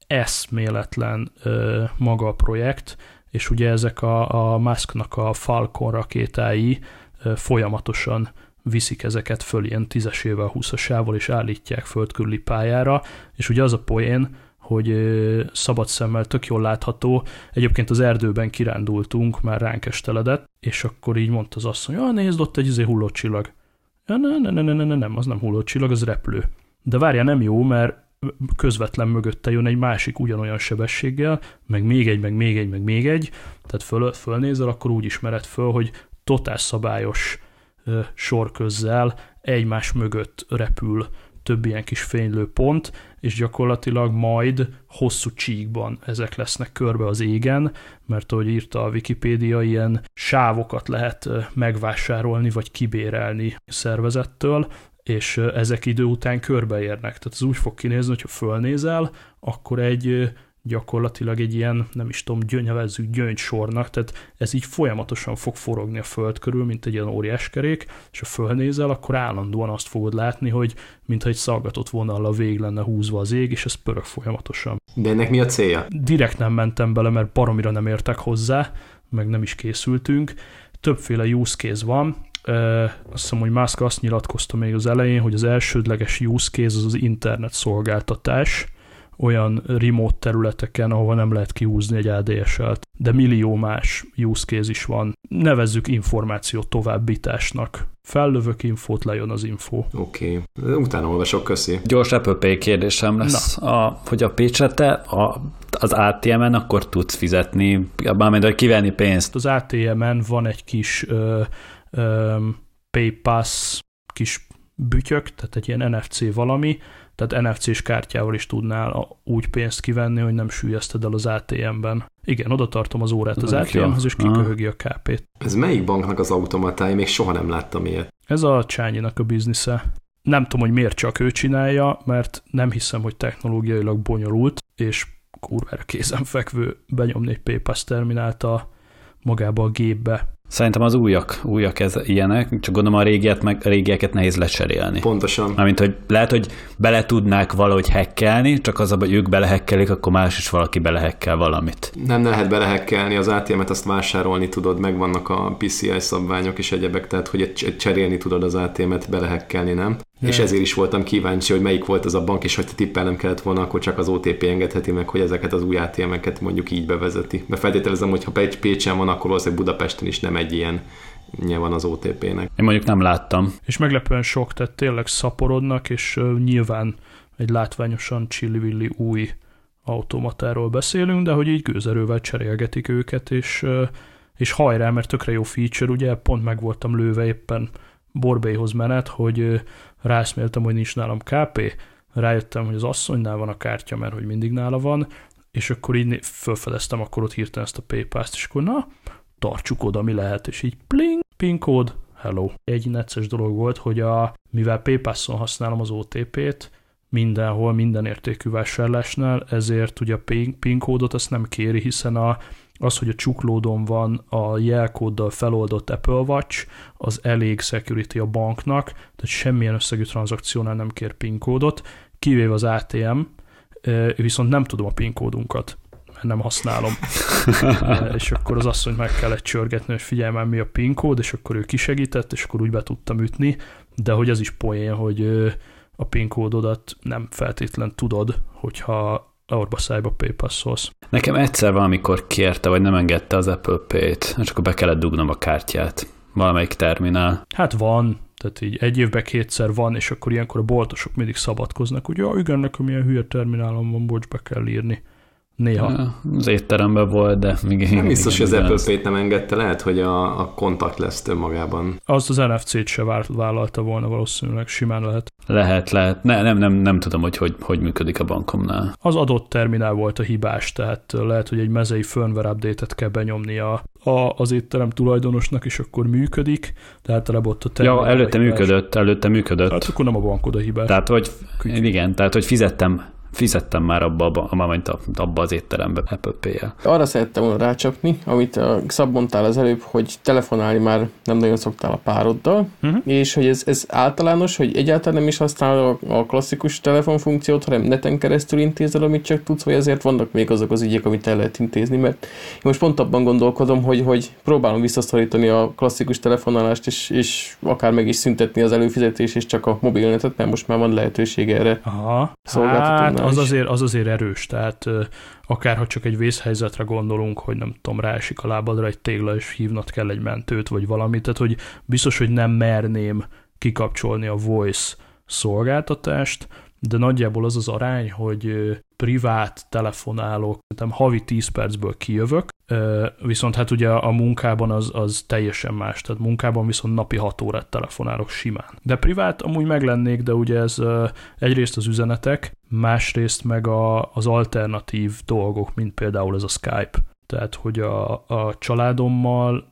eszméletlen maga a projekt, és ugye ezek a Musknak a Falcon rakétái folyamatosan viszik ezeket föl ilyen 10-esével, 20-asával, és állítják földkörüli pályára, és ugye az a poén, hogy szabad szemmel tök jól látható, egyébként az erdőben kirándultunk, már ránk esteledett, és akkor így mondta az asszony, hogy nézd, ott egy hullócsillag. Nem, az nem hullócsillag, az repülő. De várjál, nem jó, mert közvetlen mögötte jön egy másik ugyanolyan sebességgel, meg még egy, tehát fölnézel, akkor úgy ismered föl, hogy totál szabályos sorközzel egymás mögött repül több ilyen kis fénylő pont, és gyakorlatilag majd hosszú csíkban ezek lesznek körbe az égen, mert ahogy írta a Wikipédia, ilyen sávokat lehet megvásárolni, vagy kibérelni szervezettől, és ezek idő után körbeérnek. Tehát ez úgy fog kinézni, hogyha fölnézel, akkor gyakorlatilag egy ilyen, nem is tudom, nevezzük gyöngysornak, tehát ez így folyamatosan fog forogni a föld körül, mint egy ilyen óriáskerék, és ha fölnézel, akkor állandóan azt fogod látni, hogy mintha egy szaggatott vonallal végig lenne húzva az ég, és ez pörög folyamatosan. De ennek mi a célja? Direkt nem mentem bele, mert baromira nem értek hozzá, meg nem is készültünk. Többféle use case van. Azt hiszem, hogy Musk azt nyilatkozta még az elején, hogy az elsődleges use case az internet szolgáltatás, olyan remote területeken, ahova nem lehet kihúzni egy ADSL-t, de millió más use case is van. Nevezzük információ továbbításnak. Fellövök infót, lejön az info. Oké. Utána olvasok, köszi. Gyors Apple Pay kérdésem lesz, hogy a Pécsete az ATM-en akkor tudsz fizetni, bármint, hogy kivenni pénzt. Az ATM-en van egy kis PayPass kis bütyök, tehát egy ilyen NFC valami, tehát NFC-s kártyával is tudnál úgy pénzt kivenni, hogy nem süllyeszted el az ATM-ben. Igen, oda tartom az órát az ATM-hez, és kiköhögi a KP-t. Ez melyik banknak az automatája? Még soha nem láttam ilyet. Ez a Csányinak a biznisze. Nem tudom, hogy miért csak ő csinálja, mert nem hiszem, hogy technológiailag bonyolult, és kurvára kézenfekvő benyomni egy PayPass terminált magába a gépbe. Szerintem az újak ilyenek, csak gondolom a régieket nehéz lecserélni. Pontosan. Mármint, hogy lehet, hogy bele tudnák valahogy hackelni, csak az, hogy ők belehekkelik, akkor más is valaki belehekkel valamit. Nem lehet belehekkelni, az ATM-et azt vásárolni tudod, megvannak a PCI szabványok és egyebek, tehát hogy cserélni tudod az ATM-et, belehekkelni nem. Yeah. És ezért is voltam kíváncsi, hogy melyik volt az a bank, és hogy tippelnem kellett volna, akkor csak az OTP engedheti meg, hogy ezeket az új ATM-eket mondjuk így bevezeti. Mert feltételezem, hogy ha Pécsen van, akkor valószínűleg Budapesten is nem egy ilyen van az OTP-nek. Én mondjuk nem láttam. És meglepően sok, tehát tényleg szaporodnak, és nyilván egy látványosan csillivilli új automatáról beszélünk, de hogy így gőzerővel cserélgetik őket, és hajrá, mert tökre jó feature, ugye pont meg voltam lőve éppen Borbélyhoz menet, hogy rászméltem, hogy nincs nálam KP, rájöttem, hogy az asszonynál van a kártya, mert hogy mindig nála van, és akkor így felfedeztem akkor ott hirtelen ezt a PayPass-t, és akkor na, tartsuk oda, mi lehet, és így pling, PIN kód, hello. Egy necces dolog volt, hogy mivel PayPass-on használom az OTP-t, mindenhol, minden értékű vásárlásnál, ezért ugye a PIN kódot azt nem kéri, hiszen az, hogy a csuklódon van a jelkóddal feloldott Apple Watch, az elég security a banknak, tehát semmilyen összegű tranzakciónál nem kér PIN kódot, kivéve az ATM, viszont nem tudom a PIN kódunkat, mert nem használom. És akkor az asszonyt meg kellett csörgetni, hogy figyelj már, mi a PIN kód, és akkor ő kisegített, és akkor úgy be tudtam ütni, de hogy ez is poén, hogy a PIN kódodat nem feltétlen tudod, hogyha orba szájba PayPass-olsz. Nekem egyszer valamikor kérte, vagy nem engedte az Apple Pay-t, és akkor be kellett dugnom a kártyát. Valamelyik terminál. Hát van, tehát így egy évben kétszer van, és akkor ilyenkor a boltosok mindig szabadkoznak, hogy igen, nekem ilyen hülye terminálom van, bocs, be kell írni. Néha. Ja, az étteremben volt, de még nem biztos, hogy az Apple Pay-t nem engedte, lehet, hogy a contactless önmagában. Azt az NFC-t se vállalta volna valószínűleg, simán lehet. Lehet. Nem tudom, hogy működik a bankomnál. Az adott terminál volt a hibás, tehát lehet, hogy egy mezei firmware update-et kell benyomni az étterem tulajdonosnak, és akkor működik, tehát ott a terminál. Ja, előtte működött. Hát akkor nem a bankod a hibás. Tehát, hogy fizettem fizettem már abba az étterembe Apple Pay-jel. Arra szerettem volna rácsapni, amit a Szab mondtál az előbb, hogy telefonálni már nem nagyon szoktál a pároddal, és hogy ez általános, hogy egyáltalán nem is használ a klasszikus telefonfunkciót, hanem neten keresztül intézel, amit csak tudsz, vagy ezért vannak még azok az ügyek, amit el lehet intézni, mert én most pont abban gondolkodom, hogy próbálom visszaszorítani a klasszikus telefonálást, és akár meg is szüntetni az előfizetés, és csak a mobilnetet, mert most már van lehetőség erre. Aha, hát az azért erős, tehát akárha csak egy vészhelyzetre gondolunk, hogy nem tudom, ráesik a lábadra egy tégla, és hívnod kell egy mentőt, vagy valamit, tehát hogy biztos, hogy nem merném kikapcsolni a voice szolgáltatást, de nagyjából az az arány, hogy privát telefonálok, havi 10 percből kijövök, viszont hát ugye a munkában az teljesen más, tehát munkában viszont napi 6 órát telefonálok simán. De privát amúgy meglennék, de ugye ez egyrészt az üzenetek, másrészt meg az alternatív dolgok, mint például ez a Skype. Tehát, hogy a családommal,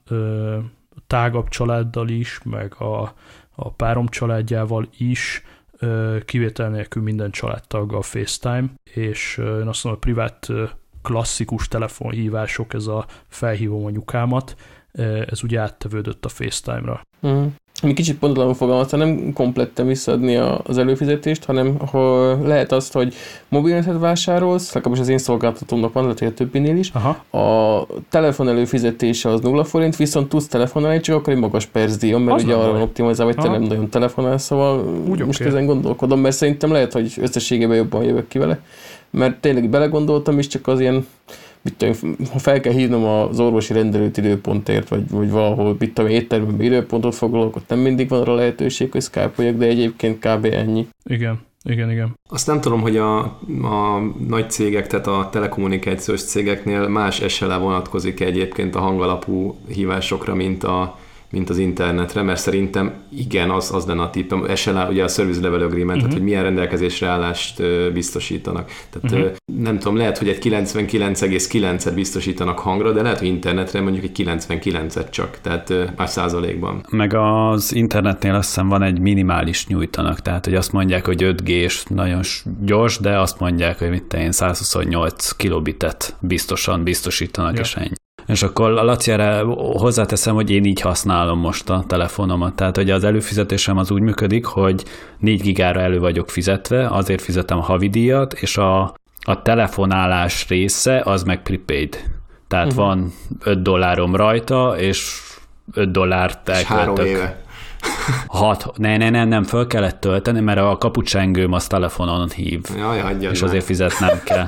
tágabb családdal is, meg a párom családjával is, kivétel nélkül minden családtaggal FaceTime, és én azt mondom, a privát klasszikus telefonhívások, ez a felhívom anyukámat, ez ugye áttevődött a FaceTime-ra. Mi kicsit pontosan fogalmazta, nem kompletten visszaadni az előfizetést, hanem ha lehet azt, hogy mobilnetet vásárolsz, legalábbis az én szolgáltatómnak van, lehet, hogy a többinél is. Aha. A telefon előfizetése az 0 forint, viszont tudsz telefonálni, csak akkor egy magas percdíjon, mert az ugye arra van optimalizálva, hogy te nem nagyon telefonálsz, szóval most ezen gondolkodom, mert szerintem lehet, hogy összességében jobban jövök ki vele, mert tényleg belegondoltam is, csak az ilyen, ha fel kell hívnom az orvosi rendelőt időpontért, vagy valahol, éttermben időpontot foglalok, ott nem mindig van arra lehetőség, hogy Skype-oljak, de egyébként kb. Ennyi. Igen. Azt nem tudom, hogy a nagy cégek, tehát a telekommunikációs cégeknél más SLA vonatkozik egyébként a hangalapú hívásokra, mint az internetre, mert szerintem igen, az lenne a tippem. SLA, ugye a Service Level Agreement, tehát hogy milyen rendelkezésre állást biztosítanak. Tehát nem tudom, lehet, hogy egy 99,9-et biztosítanak hangra, de lehet, hogy internetre mondjuk egy 99-et csak, tehát más százalékban. Meg az internetnél azt hiszem van egy minimális nyújtanak, tehát hogy azt mondják, hogy 5G-s nagyon gyors, de azt mondják, hogy 128 kilobitet biztosítanak, és ennyi. És akkor Laciára hozzáteszem, hogy én így használom most a telefonomat. Tehát, hogy az előfizetésem az úgy működik, hogy 4 gigára elő vagyok fizetve, azért fizetem a havidíjat, és a telefonálás része az meg prepaid. Tehát van $5 rajta, és $5 elköltök. 3 éve. 6. Nem, föl kellett tölteni, mert a kapucsengőm az telefonon hív. Jaj, és azért fizetnem kell.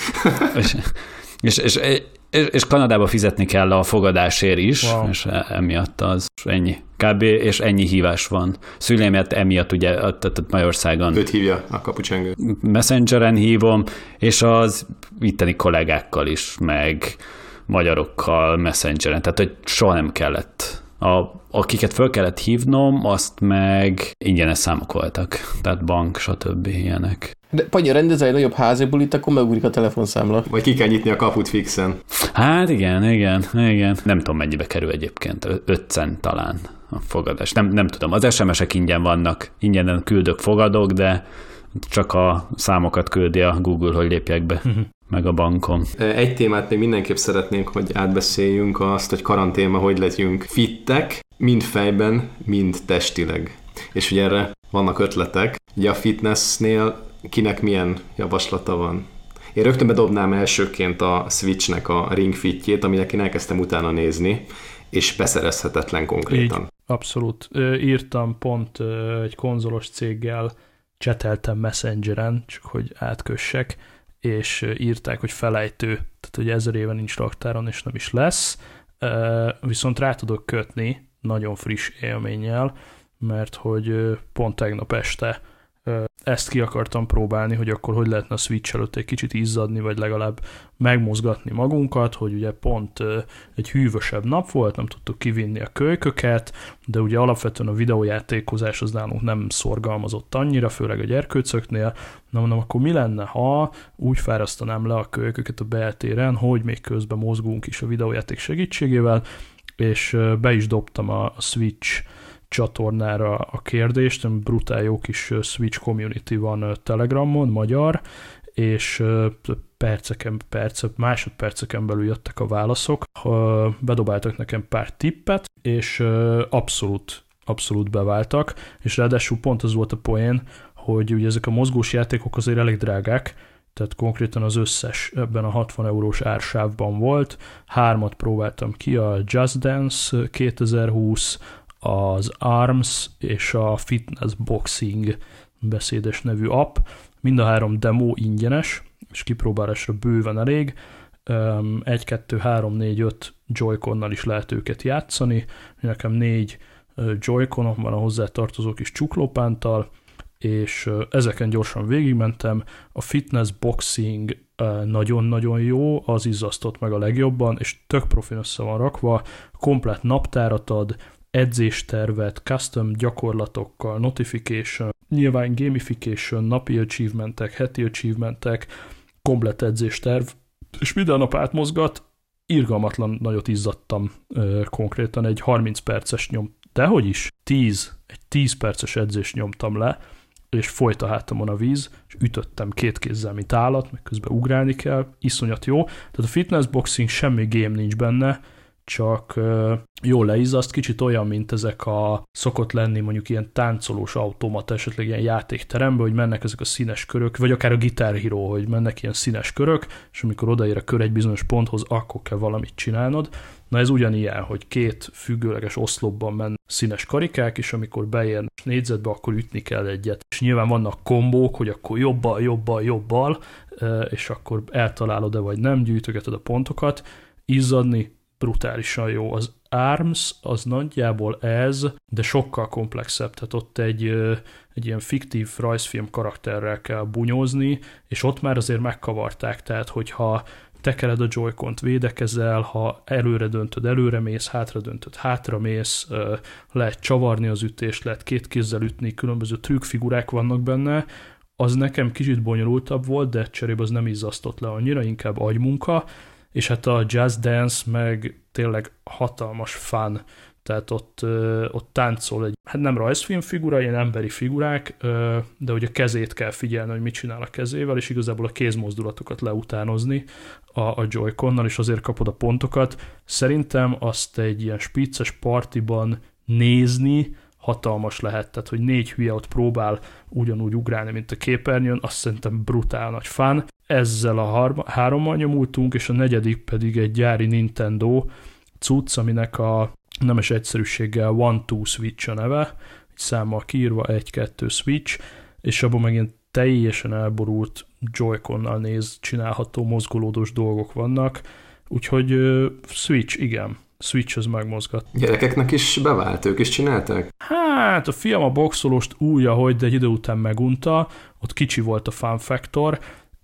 És Kanadába fizetni kell a fogadásért is, és emiatt az ennyi. Kb. És ennyi hívás van. Szüleimet emiatt ugye Magyarországon. Őt hívja a kapucsengő. Messengeren hívom, és az itteni kollégákkal is, meg magyarokkal Messengeren. Tehát, hogy soha nem kellett. Akiket föl kellett hívnom, azt meg ingyenes számok voltak. Tehát bank, stb. Ilyenek. De Panya, rendezel egy nagyobb házi bulit, akkor megugrik a telefonszámla. Vagy ki kell nyitni a kaput fixen. Hát igen. Nem tudom, mennyibe kerül egyébként. 5 cent talán a fogadás. Nem tudom. Az SMS-ek ingyen vannak. Ingyen küldök, fogadok, de csak a számokat küldi a Google, hogy lépjek be. Meg a bankom. Egy témát még mindenképp szeretnénk, hogy átbeszéljünk, azt, hogy karanténban hogy legyünk fittek, mind fejben, mind testileg. És ugye erre vannak ötletek. Ugye a fitnessnél kinek milyen javaslata van? Én rögtön bedobnám elsőként a Switchnek a Ring Fitjét, aminek én elkezdtem utána nézni, és beszerezhetetlen konkrétan. Így, abszolút. Írtam pont egy konzolos céggel, cseteltem Messengeren, csak hogy átkössek, és írták, hogy felejtő, tehát hogy 1000 éve nincs raktáron, és nem is lesz. Viszont rá tudok kötni nagyon friss élménnyel, mert hogy pont tegnap este ezt ki akartam próbálni, hogy akkor hogy lehetne a Switch előtt egy kicsit izzadni, vagy legalább megmozgatni magunkat, hogy ugye pont egy hűvösebb nap volt, nem tudtuk kivinni a kölyköket, de ugye alapvetően a videójátékozás az nálunk nem szorgalmazott annyira, főleg a gyerkőcöknél. Na mondom, akkor mi lenne, ha úgy fárasztanám le a kölyköket a beltéren, hogy még közben mozgunk is a videójáték segítségével, és be is dobtam a Switch csatornára a kérdést, brutál jó kis Switch community van Telegramon, magyar, és másodperceken belül jöttek a válaszok, bedobáltak nekem pár tippet, és abszolút beváltak, és ráadásul pont az volt a poén, hogy ugye ezek a mozgós játékok azért elég drágák, tehát konkrétan az összes ebben a 60 eurós ársávban volt. 3 próbáltam ki, a Just Dance 2020, az ARMS és a Fitness Boxing beszédes nevű app. Mind a 3 demo ingyenes, és kipróbálásra bőven elég. 1, 2, 3, 4, 5 Joy-Connal is lehet őket játszani. Nekem 4 Joy-Conom van a hozzátartozó kis csuklópánttal, és ezeken gyorsan végigmentem. A Fitness Boxing nagyon-nagyon jó, az izzasztott meg a legjobban, és tök profin össze van rakva, komplett naptárat ad, edzéstervet, custom gyakorlatokkal, notification, nyilván gamification, napi achievementek, heti achievementek, komplett edzésterv, és minden nap átmozgat, irgalmatlan nagyot izzadtam konkrétan, egy 30 perces dehogy is, egy 10 perces edzést nyomtam le, és folyt a hátamon a víz, és ütöttem 2 kézzel, mint állat, meg közben ugrálni kell, iszonyat jó. Tehát a fitness boxing semmi game nincs benne, csak jól leizzaszt, kicsit olyan, mint ezek szokott lenni mondjuk ilyen táncolós automata, esetleg ilyen játékterembe, hogy mennek ezek a színes körök, vagy akár a Guitar Hero, hogy mennek ilyen színes körök, és amikor odaér a kör egy bizonyos ponthoz, akkor kell valamit csinálnod. Na ez ugyanilyen, hogy 2 függőleges oszlopban mennek színes karikák, és amikor beérnek négyzetbe, akkor ütni kell egyet. És nyilván vannak kombók, hogy akkor jobbal, és akkor eltalálod-e vagy nem, gyűjtögeted a pontokat, izzadni, brutálisan jó. Az ARMS az nagyjából ez, de sokkal komplexebb, tehát ott egy ilyen fiktív rajzfilm karakterrel kell bunyózni, és ott már azért megkavarták, tehát hogyha tekered a Joy-Cont, védekezel, ha előre döntöd, előre mész, hátra döntöd, hátra mész, lehet csavarni az ütést, lehet 2 kézzel ütni, különböző trükkfigurák vannak benne, az nekem kicsit bonyolultabb volt, de cserébe az nem izzasztott le annyira, inkább agymunka, és hát a Just Dance meg tényleg hatalmas fun, tehát ott táncol egy, hát nem rajzfilm figura, ilyen emberi figurák, de hogy a kezét kell figyelni, hogy mit csinál a kezével, és igazából a kézmozdulatokat leutánozni a Joy-Connal, és azért kapod a pontokat. Szerintem azt egy ilyen spicces partiban nézni hatalmas lehet, tehát hogy 4 hülye ott próbál ugyanúgy ugrálni, mint a képernyőn, azt szerintem brutál nagy fun. Ezzel a 3-mal nyomultunk, és a 4. pedig egy gyári Nintendo cucc, aminek a nemes egyszerűséggel 1-2 Switch a neve, egy számmal kiírva 1-2 Switch, és abban megint teljesen elborult Joy-Connal csinálható mozgolódós dolgok vannak, úgyhogy Switch, igen. Switch az megmozgat. Gyerekeknek is bevált, ők is csinálták? Hát a fiam a boxolóst úgy, ahogy, de egy idő után megunta, ott kicsi volt a fun factor,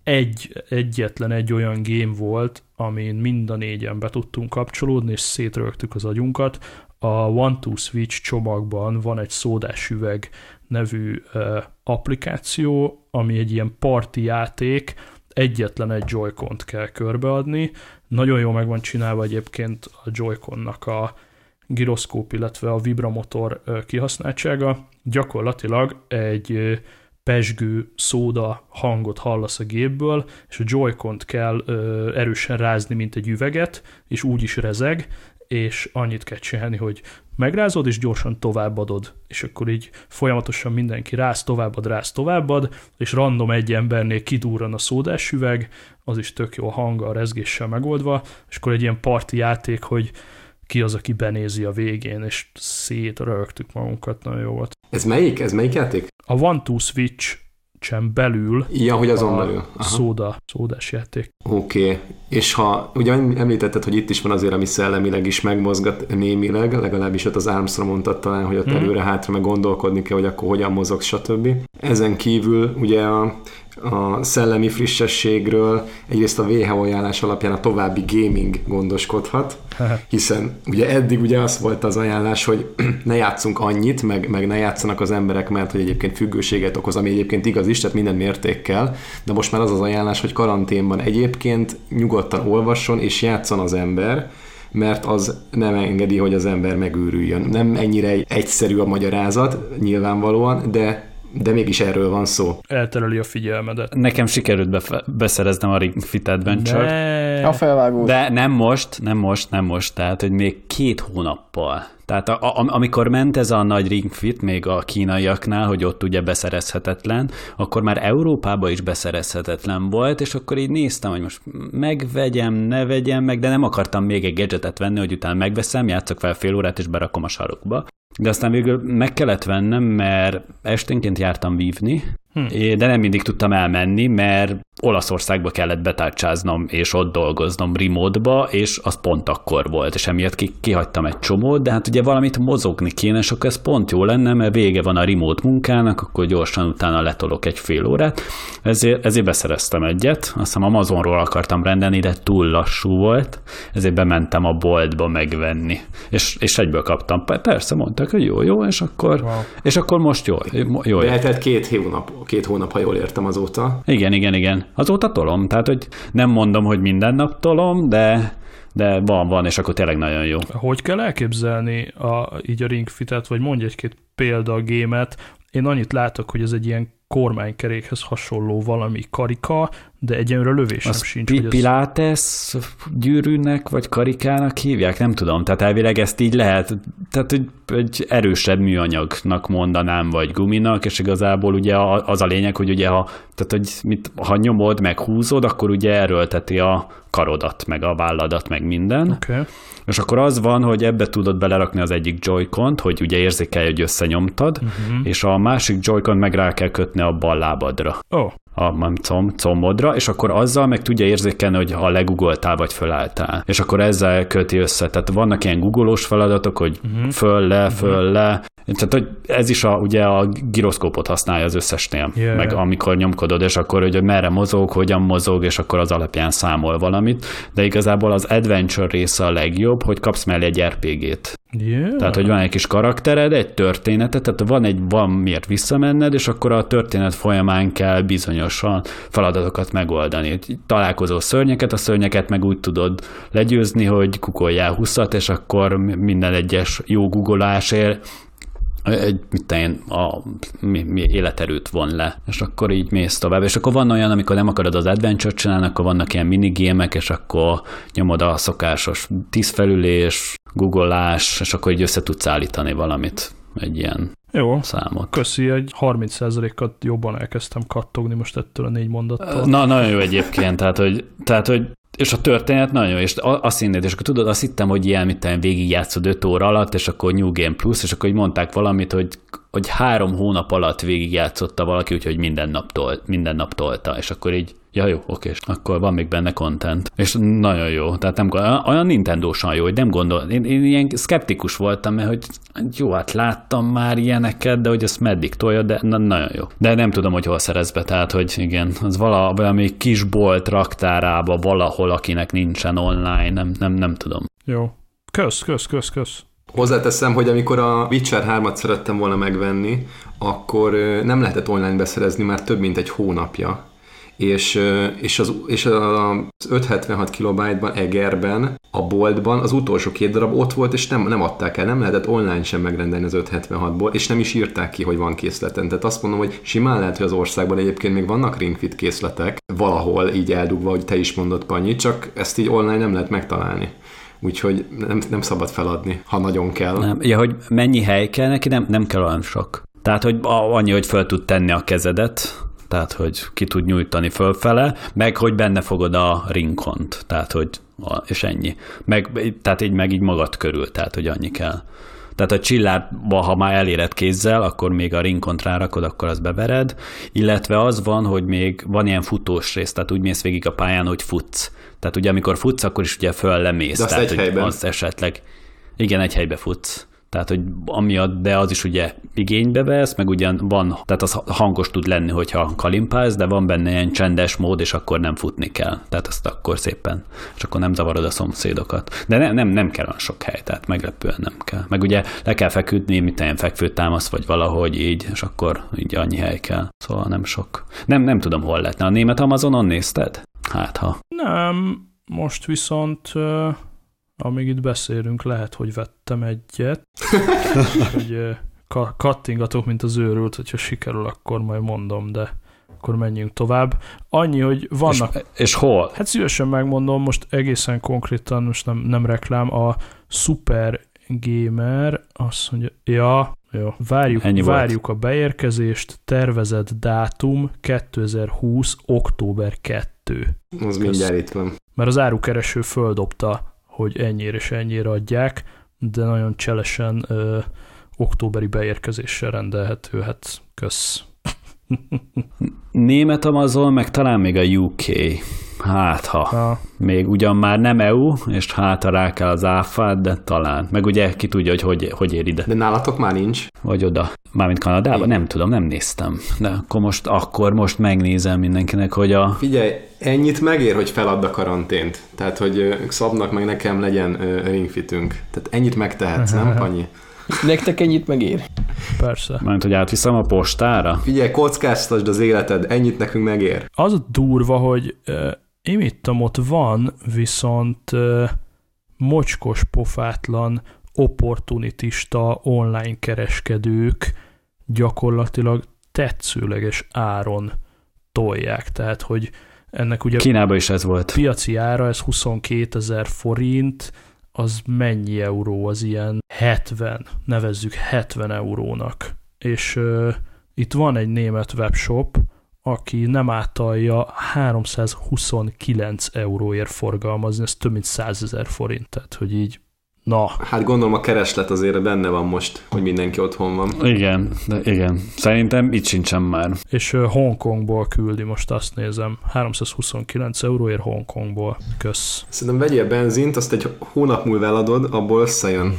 egyetlen egy olyan game volt, amin mind a 4-en be tudtunk kapcsolódni, és szétrögtük az agyunkat. A 1-2 Switch csomagban van egy szódás üveg nevű applikáció, ami egy ilyen party játék, egyetlen egy Joy-Cont kell körbeadni. Nagyon jól meg van csinálva egyébként a Joy-Connak a giroszkóp, illetve a vibramotor kihasználtsága. Gyakorlatilag egy pezsgő szóda hangot hallasz a gépből, és a Joy-Cont kell erősen rázni, mint egy üveget, és úgy is rezeg, és annyit kell csinálni, hogy megrázod, és gyorsan továbbadod, és akkor így folyamatosan mindenki ráz továbbad, és random egy embernél kidurran a szódás üveg, az is tök jó hanggal, rezgéssel megoldva, és akkor egy ilyen parti játék, hogy ki az, aki benézi a végén, és szétrögtük magunkat, nagyon jó volt. Ez melyik játék? A 1-2 Switch-en belül ja, hogy azon belül. Szódás játék. Oké. És ha ugye említetted, hogy itt is van azért, ami szellemileg is megmozgat némileg, legalábbis ott az ARMS-ra mondtad talán, hogy ott előre-hátra meg gondolkodni kell, hogy akkor hogyan mozog, stb. Ezen kívül ugye a szellemi frissességről egyrészt a WHO ajánlás alapján a további gaming gondoskodhat, hiszen ugye eddig ugye az volt az ajánlás, hogy ne játszunk annyit, meg ne játszanak az emberek, mert hogy egyébként függőséget okoz, ami egyébként igaz is, tehát minden mértékkel, de most már az az ajánlás, hogy karanténban egyébként nyugodtan olvasson és játszon az ember, mert az nem engedi, hogy az ember megőrüljön. Nem ennyire egyszerű a magyarázat, nyilvánvalóan, de de mégis erről van szó. Eltereli a figyelmedet. Nekem sikerült beszereznem a Ring Fit Adventure-t. A felvágós. De nem most, tehát, hogy még 2 hónappal. Tehát amikor ment ez a nagy Ring Fit, még a kínaiaknál, hogy ott ugye beszerezhetetlen, akkor már Európában is beszerezhetetlen volt, és akkor így néztem, hogy most megvegyem, ne vegyem meg, de nem akartam még egy gadgetet venni, hogy utána megveszem, játszok fel fél órát, és berakom a sarokba. De aztán végül meg kellett vennem, mert esténként jártam vívni, de nem mindig tudtam elmenni, mert Olaszországba kellett betárcsáznom, és ott dolgoznom remote-ba, és az pont akkor volt, és emiatt kihagytam egy csomót, de hát ugye valamit mozogni kéne, és akkor ez pont jó lenne, mert vége van a remote munkának, akkor gyorsan utána letolok egy fél órát, ezért beszereztem egyet, azt hiszem Amazonról akartam rendelni, de túl lassú volt, ezért bementem a boltba megvenni, és egyből kaptam. Persze mondták, hogy jó, és akkor most jó. De tehát 2 hónap, ha jól értem azóta. Igen. Azóta tolom, tehát hogy nem mondom, hogy minden nap tolom, de van, és akkor tényleg nagyon jó. Hogy kell elképzelni így a Ring Fit-et, vagy mondj egy-két példa a gémet? Én annyit látok, hogy ez egy ilyen kormánykerékhez hasonló valami karika, de egyenlőre lövésem sincs. Pilates gyűrűnek, vagy karikának hívják? Nem tudom. Tehát elvileg ezt így lehet, tehát egy erősebb műanyagnak mondanám, vagy guminak, és igazából ugye az a lényeg, hogy ugye ha nyomod, meg húzod, akkor ugye erőlteti a karodat, meg a válladat, meg minden. Okay. És akkor az van, hogy ebbe tudod belerakni az egyik Joy-Cont, hogy ugye érzékelj, hogy összenyomtad, és a másik Joy-Con meg rá kell kötni a bal lábadra. A combodra, és akkor azzal meg tudja érzékelni, hogy ha legugoltál, vagy fölálltál. És akkor ezzel köti össze. Tehát vannak ilyen googolós feladatok, hogy föl, le. Tehát, hogy ez is ugye a giroszkópot használja az összesnél, meg amikor nyomkodod, és akkor, hogy merre mozog, hogyan mozog, és akkor az alapján számol valamit. De igazából az adventure része a legjobb, hogy kapsz mellé egy RPG-t. Yeah. Tehát, hogy van egy kis karaktered, egy történetet, tehát van miért visszamenned, és akkor a történet folyamán kell bizonyosan feladatokat megoldani. Találkozó szörnyeket, a szörnyeket meg úgy tudod legyőzni, hogy kukoljál 20-at, és akkor minden egyes jó googolásért életerőt von le, és akkor így mész tovább. És akkor van olyan, amikor nem akarod az adventure csinálni, akkor vannak ilyen minigémek, és akkor nyomod a szokásos tízfelülés, googolás, és akkor így össze tudsz állítani valamit, egy ilyen számot. Köszi, egy 30%-at jobban elkezdtem kattogni most ettől a 4 mondattól. Na, nagyon jó egyébként, tehát, hogy és a történet nagyon jó, és azt hinnéd, és akkor tudod, azt hittem, hogy ilyen, végigjátszod 5 óra alatt, és akkor New Game Plus, és akkor így mondták valamit, hogy 3 hónap alatt végigjátszotta valaki, úgyhogy minden nap tolta, és akkor így, ja jó, oké, és akkor van még benne content. És nagyon jó, tehát nem olyan Nintendo-san jó, hogy nem én ilyen szkeptikus voltam, mert hogy jó, hát láttam már ilyeneket, de hogy ezt meddig tolja, de nagyon jó. De nem tudom, hogy hol szerez be, tehát hogy igen, az valami kisbolt raktárába valahol, akinek nincsen online, nem tudom. Jó. Kösz. Hozzáteszem, hogy amikor a Witcher 3-at szerettem volna megvenni, akkor nem lehetett online beszerezni már több mint egy hónapja. És az 576 kilobájtban Egerben, a boltban az utolsó 2 darab ott volt, és nem adták el, nem lehetett online sem megrendelni az 576-ból, és nem is írták ki, hogy van készleten. Tehát azt mondom, hogy simán lehet, hogy az országban egyébként még vannak Ring Fit készletek, valahol így eldugva, hogy te is mondod, Panyi, csak ezt így online nem lehet megtalálni. Úgyhogy nem szabad feladni, ha nagyon kell. Nem. Ja, hogy mennyi hely kell neki, nem kell olyan sok. Tehát, hogy annyi, hogy fel tud tenni a kezedet, tehát, hogy ki tud nyújtani fölfele, meg, hogy benne fogod a ringkont, tehát, hogy és ennyi. Tehát így magad körül, tehát, hogy annyi kell. Tehát a csillárba, ha már eléred kézzel, akkor még a ringkont rárakod, akkor azt bevered, illetve az van, hogy még van ilyen futós rész, tehát úgy mész végig a pályán, hogy futsz. Tehát ugye amikor futsz, akkor is ugye föl lemész. De azt tehát, egy helyben. Az esetleg, igen, egy helybe futsz. Tehát, hogy amiatt, de az is ugye igénybe vesz, meg ugyan van, tehát az hangos tud lenni, hogyha kalimpálsz, de van benne ilyen csendes mód, és akkor nem futni kell. Tehát azt akkor szépen, és akkor nem zavarod a szomszédokat. De nem kell olyan sok hely, tehát meglepően nem kell. Meg ugye le kell feküdni, mint ilyen fekvőtámasz, vagy valahogy így, és akkor így annyi hely kell. Szóval nem sok. Nem tudom, hol lehetne. A német Amazonon nézted? Hát ha. Nem, most viszont... amíg itt beszélünk, lehet, hogy vettem egyet, hogy kattingatok, mint az őrült, hogyha sikerül, akkor majd mondom, de akkor menjünk tovább. Annyi, hogy vannak... És hol? Hát szívesen megmondom, most egészen konkrétan, most nem reklám, a Super Gamer azt mondja, jó, várjuk a beérkezést, tervezett dátum 2020. október 2. Az mindjárt itt van. Mert az árukereső földobta, hogy ennyire és ennyire adják, de nagyon cselesen októberi beérkezéssel rendelhető, hát kösz. Német Amazon, meg talán még a UK. Még ugyan már nem EU, és rá kell az áfát, de talán. Meg ugye ki tudja, hogy ér ide. De nálatok már nincs? Vagy oda. Mármint Kanadában? Nem tudom, nem néztem. De akkor most megnézem mindenkinek, hogy a... Figyelj, ennyit megér, hogy feladd a karantént. Tehát, hogy Szabnak meg nekem legyen ringfitünk. Tehát ennyit megtehetsz, nem, Panyi? Nektek ennyit megér? Persze. Mármint, hogy átviszem a postára? Figyelj, kockáztasd az életed, ennyit nekünk megér. Az a durva, hogy imittam ott van, viszont mocskos, pofátlan, opportunitista online kereskedők gyakorlatilag tetszőleges áron tolják. Tehát, hogy ennek ugye... Kínában is ez volt. Piaci ára, ez 22 000 forint, az mennyi euró? Az ilyen 70, nevezzük 70 eurónak. És itt van egy német webshop, aki nem átalja 329 euróért forgalmazni, ez több mint 100 000 forint, tehát hogy így, na. Hát gondolom a kereslet azért benne van most, hogy mindenki otthon van. Igen. Szerintem itt sincsen már. És Hongkongból küldi, most azt nézem, 329 euróért Hongkongból, kösz. Szerintem vegyél benzint, azt egy hónap múlva eladod, abból összejön.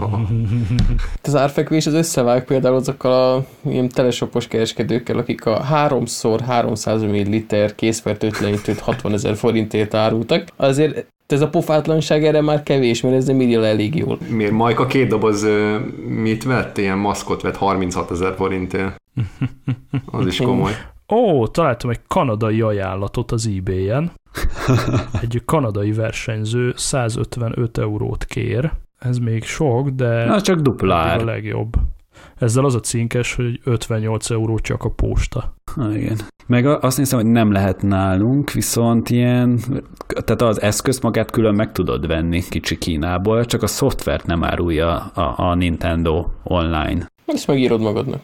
Az árfekvés az összevág például azokkal a ilyen teleshopos kereskedőkkel, akik a 3x300 ml készfertőtlenítőt 60 000 forintért árultak. Azért ez a pofátlanság erre már kevés, mert ez nem írja le elég jól. Miért? Majka 2 doboz mit vett? Ilyen maszkot vett 36 000 forintért. Az is komoly. Találtam egy kanadai ajánlatot az eBay-en. Egy kanadai versenyző 155 eurót kér. Ez még sok, de... Na, csak duplár. A legjobb. Ezzel az a cinkes, hogy 58 euró csak a posta. Igen. Meg azt hiszem, hogy nem lehet nálunk, viszont ilyen, tehát az eszközt magát külön meg tudod venni kicsi Kínából, csak a szoftvert nem árulja a Nintendo online. Ezt megírod magadnak.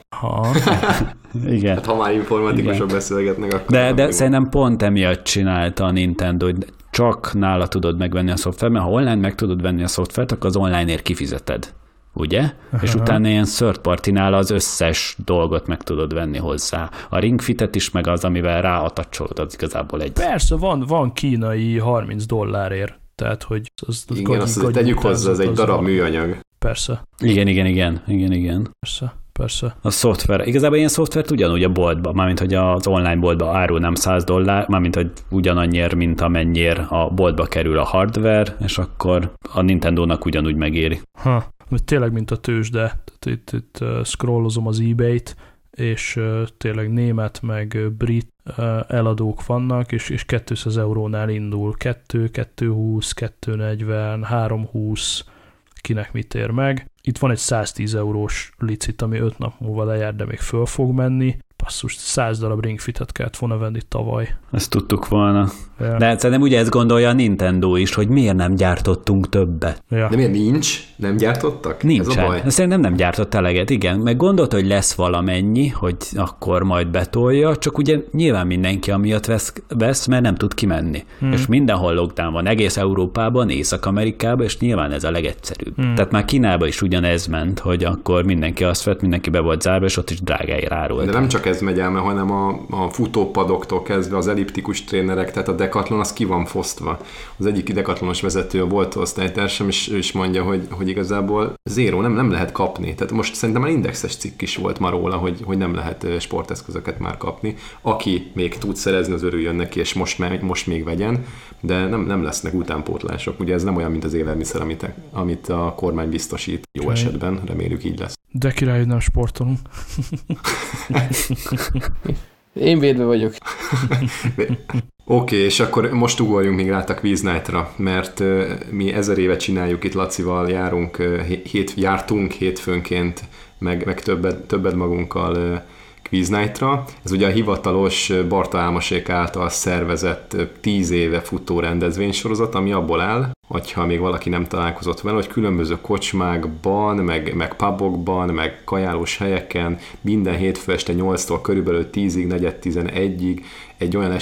Igen. Hát ha már informatikusok beszélgetnek, akkor... De szerintem pont emiatt csinálta a Nintendo, hogy csak nála tudod megvenni a szoftvert, mert ha online meg tudod venni a szoftvert, akkor az onlineért kifizeted. Ugye? És utána ilyen third party-nál az összes dolgot meg tudod venni hozzá. A Ring Fit-et is, meg az, amivel ráatacsolod, az igazából egy... Persze, van kínai $30. Tehát, hogy... Igen, azt tegyük hozzá, az egy darab műanyag. Persze. Igen. Persze. A szoftver. Igazából ilyen szoftvert ugyanúgy a boltban, mármint hogy az online boltban árul nem $100, mármint hogy ugyanannyiért, mint amennyire a boltba kerül a hardware, és akkor a Nintendónak ugyanúgy megéri. Tényleg, mint a tőzsde. Itt scrollozom az eBay-t, és tényleg német, meg brit eladók vannak, és 200 eurónál indul. 220, 240, 320, kinek mit ér meg. Itt van egy 110 eurós licit, ami 5 nap múlva lejár, de még föl fog menni. Basszus, 100 darab Ring Fit-et kellett volna venni tavaly. Ezt tudtuk volna. Ja. De szerintem ugye ezt gondolja a Nintendo is, hogy miért nem gyártottunk többet. Ja. De miért nincs? Nem gyártottak? Nincsen. Ez a baj? Szerintem nem gyártott eleget, igen. Meg gondolt, hogy lesz valamennyi, hogy akkor majd betolja, csak ugye nyilván mindenki amiatt vesz, mert nem tud kimenni. És mindenhol lockdown van, egész Európában, Észak-Amerikában, és nyilván ez a legegyszerűbb. Tehát már Kínában is ugyanez ment, hogy akkor mindenki azt vett, mindenki be volt zárva, és ott is drágáért árult. De nem csak ez megy el, hanem a futópadoktól kezdve az elliptikus trénerek, tehát a Decathlon az ki van fosztva. Az egyik Decathlonos vezető, a volt osztálytársam, és ő is mondja, hogy igazából zéró, nem lehet kapni. Tehát most szerintem már indexes cikk is volt már róla, hogy nem lehet sporteszközöket már kapni. Aki még tud szerezni, az örüljön neki, és most még vegyen, de nem lesznek utánpótlások. Ugye ez nem olyan, mint az élelmiszer, amit a kormány biztosít. Jó esetben, reméljük így lesz. De király, hogy nem sportolunk. Én védve vagyok. Oké, és akkor most ugorjunk még rá a Quiz Night-ra, mert mi 1000 éve csináljuk itt Lacival, jártunk hétfőnként meg többet magunkkal Quiz Night-ra. Ez ugye a hivatalos Barta Álmosék által szervezett 10 éve futó rendezvénysorozat, ami abból áll, hogyha még valaki nem találkozott vele, hogy különböző kocsmákban, meg pubokban, meg kajálós helyeken minden hétfő este 8-tól körülbelül 10-ig, 4-11-ig egy olyan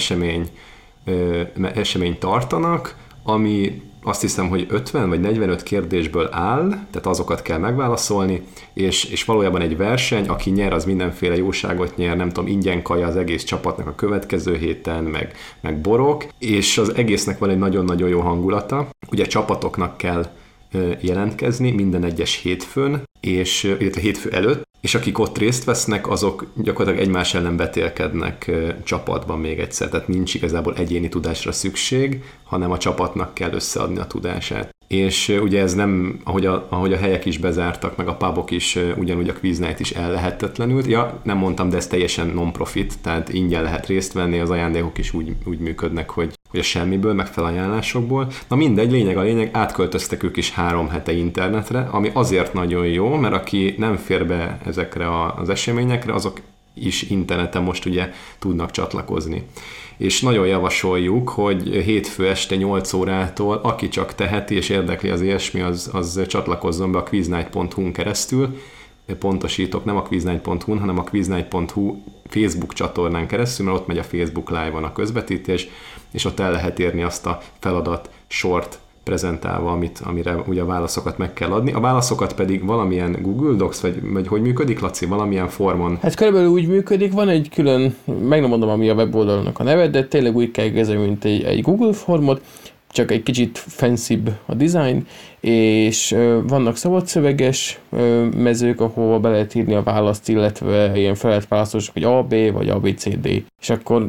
esemény tartanak, ami azt hiszem, hogy 50 vagy 45 kérdésből áll, tehát azokat kell megválaszolni, és valójában egy verseny, aki nyer, az mindenféle jóságot nyer, nem tudom, ingyen kaja az egész csapatnak a következő héten, meg borok, és az egésznek van egy nagyon-nagyon jó hangulata. Ugye csapatoknak kell jelentkezni minden egyes hétfőn, illetve hétfő előtt, és akik ott részt vesznek, azok gyakorlatilag egymás ellen vetélkednek csapatban még egyszer, tehát nincs igazából egyéni tudásra szükség, hanem a csapatnak kell összeadni a tudását. És ugye ez nem, ahogy a helyek is bezártak, meg a pubok is, ugyanúgy a Quiz Night is ellehetetlenült. Ja, nem mondtam, de ez teljesen non-profit, tehát ingyen lehet részt venni, az ajándékok is úgy működnek, hogy a semmiből, meg felajánlásokból. Na mindegy, lényeg a lényeg, átköltöztek ők is 3 hete internetre, ami azért nagyon jó, mert aki nem fér be ezekre az eseményekre, azok is interneten most ugye tudnak csatlakozni. És nagyon javasoljuk, hogy hétfő este 8 órától, aki csak teheti és érdekli az ilyesmi, az csatlakozzon be a quiznight.hu-n keresztül. Pontosítok, nem a quiznight.hu-n, hanem a quiznight.hu Facebook csatornán keresztül, mert ott megy a Facebook Live-on a közvetítés, és ott el lehet érni azt a feladat sort prezentálva, amire ugye a válaszokat meg kell adni. A válaszokat pedig valamilyen Google Docs, vagy hogy működik, Laci? Valamilyen formon? Hát körülbelül úgy működik, van egy külön, meg nem mondom, ami a weboldalnak a neve, de tényleg úgy kell kezelni, mint egy Google formot, csak egy kicsit fancybb a design, és vannak szabadszöveges mezők, ahova be lehet írni a választ, illetve ilyen feleletválasztások, hogy A, B vagy A, B, C, D. És akkor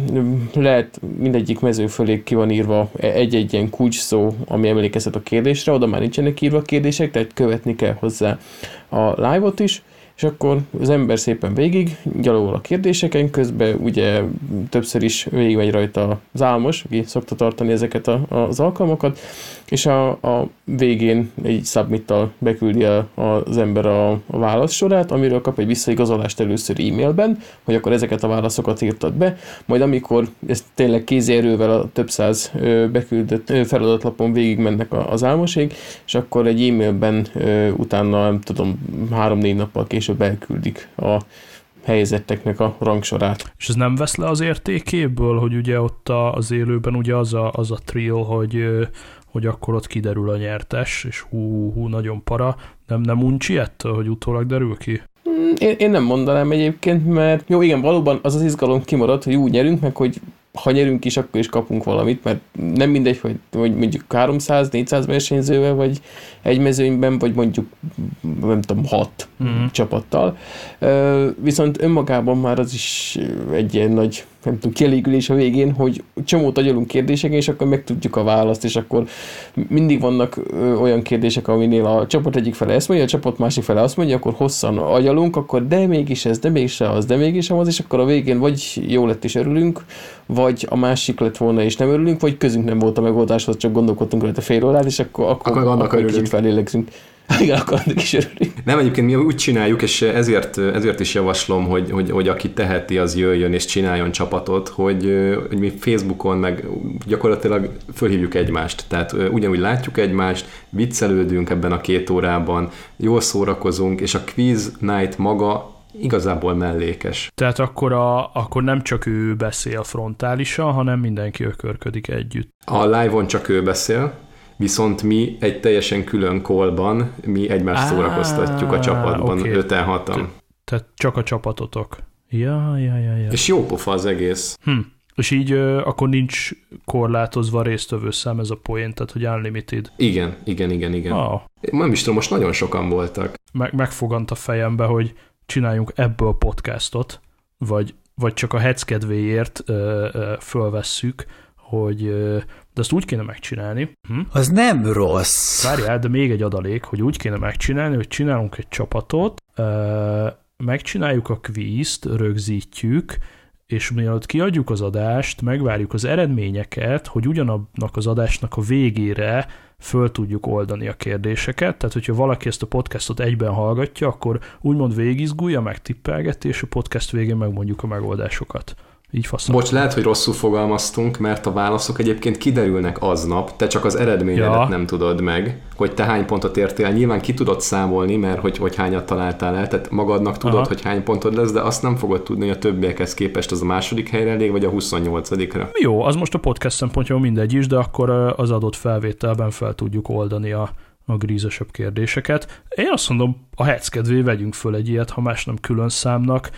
lehet mindegyik mező fölé ki van írva egy-egy ilyen kulcs szó, ami emlékeztet a kérdésre, oda már nincsenek írva a kérdések, tehát követni kell hozzá a live-ot is, és akkor az ember szépen végig gyalogol a kérdéseken, közben ugye többször is végigmegy rajta az álmos, aki szokta tartani ezeket az alkalmakat, és a végén egy submittal beküldi az ember a válaszsorát, amiről kap egy visszaigazolást először e-mailben, hogy akkor ezeket a válaszokat írtad be, majd amikor ezt tényleg kézierővel a több száz beküldött feladatlapon végig mennek az álmosék, és akkor egy e-mailben utána, nem tudom, 3-4 nappal később elküldik a helyezetteknek a rangsorát. És ez nem vesz le az értékéből, hogy ugye ott az élőben ugye az a thrill, hogy akkor ott kiderül a nyertes, és hú nagyon para. Nem uncsi ettől, hogy utólag derül ki? Én nem mondanám egyébként, mert jó, igen, valóban az izgalom kimarad, hogy úgy nyerünk, meg hogy ha nyerünk is, akkor is kapunk valamit, mert nem mindegy, hogy mondjuk 300-400 versenyzővel, vagy egy mezőnyben, vagy mondjuk, nem tudom, 6 csapattal. Viszont önmagában már az is egy ilyen nagy, nem tudom, kielégülés a végén, hogy csomót agyalunk kérdéseken, és akkor megtudjuk a választ, és akkor mindig vannak olyan kérdések, aminél a csapat egyik fele ezt mondja, a csapat másik fele azt mondja, akkor hosszan agyalunk, akkor de mégis ez, de mégis az, de mégis az, és akkor a végén vagy jó lett és örülünk, vagy a másik lett volna és nem örülünk, vagy közünk nem volt a megoldáshoz, csak gondolkodtunk rajta fél órát, és akkor kicsit felélegzünk. Igen, akkor annak is örülünk. Nem, egyébként mi úgy csináljuk, és ezért is javaslom, hogy aki teheti, az jöjjön és csináljon csapatot, hogy mi Facebookon meg gyakorlatilag fölhívjuk egymást. Tehát ugyanúgy látjuk egymást, viccelődünk ebben a 2 órában, jól szórakozunk, és a Quiz Night maga igazából mellékes. Tehát akkor nem csak ő beszél frontálisan, hanem mindenki ökörködik együtt. A live-on csak ő beszél, viszont mi egy teljesen külön callban, mi egymást szórakoztatjuk a csapatban, okay. 5-6-an. Tehát csak a csapatotok. Ja. És jó pofa az egész. És így akkor nincs korlátozva résztvevő szám, ez a poén, tehát hogy unlimited. Igen. Nem is tudom, most nagyon sokan voltak. Megfogant a fejembe, hogy csináljunk ebből podcastot, vagy csak a hec kedvéért fölvesszük, hogy de azt úgy kéne megcsinálni. Az nem rossz. Várjál, de még egy adalék, hogy úgy kéne megcsinálni, hogy csinálunk egy csapatot, megcsináljuk a kvízt, rögzítjük, és mielőtt kiadjuk az adást, megvárjuk az eredményeket, hogy ugyanannak az adásnak a végére föl tudjuk oldani a kérdéseket, tehát hogyha valaki ezt a podcastot egyben hallgatja, akkor úgymond végigizgulja, megtippelgeti, és a podcast végén megmondjuk a megoldásokat. Így faszom. Bocs, lehet, hogy rosszul fogalmaztunk, mert a válaszok egyébként kiderülnek aznap, te csak az eredményedet nem tudod meg, hogy te hány pontot értél. Nyilván ki tudod számolni, mert hogy hányat találtál el, tehát magadnak tudod, hogy hány pontod lesz, de azt nem fogod tudni, hogy a többiekhez képest az a második helyre elég, vagy a 28-ra. Jó, az most a podcast szempontjából mindegy is, de akkor az adott felvételben fel tudjuk oldani a grízesebb kérdéseket. Én azt mondom, a hec kedvé vegyünk föl egy ilyet, ha más nem külön számnak,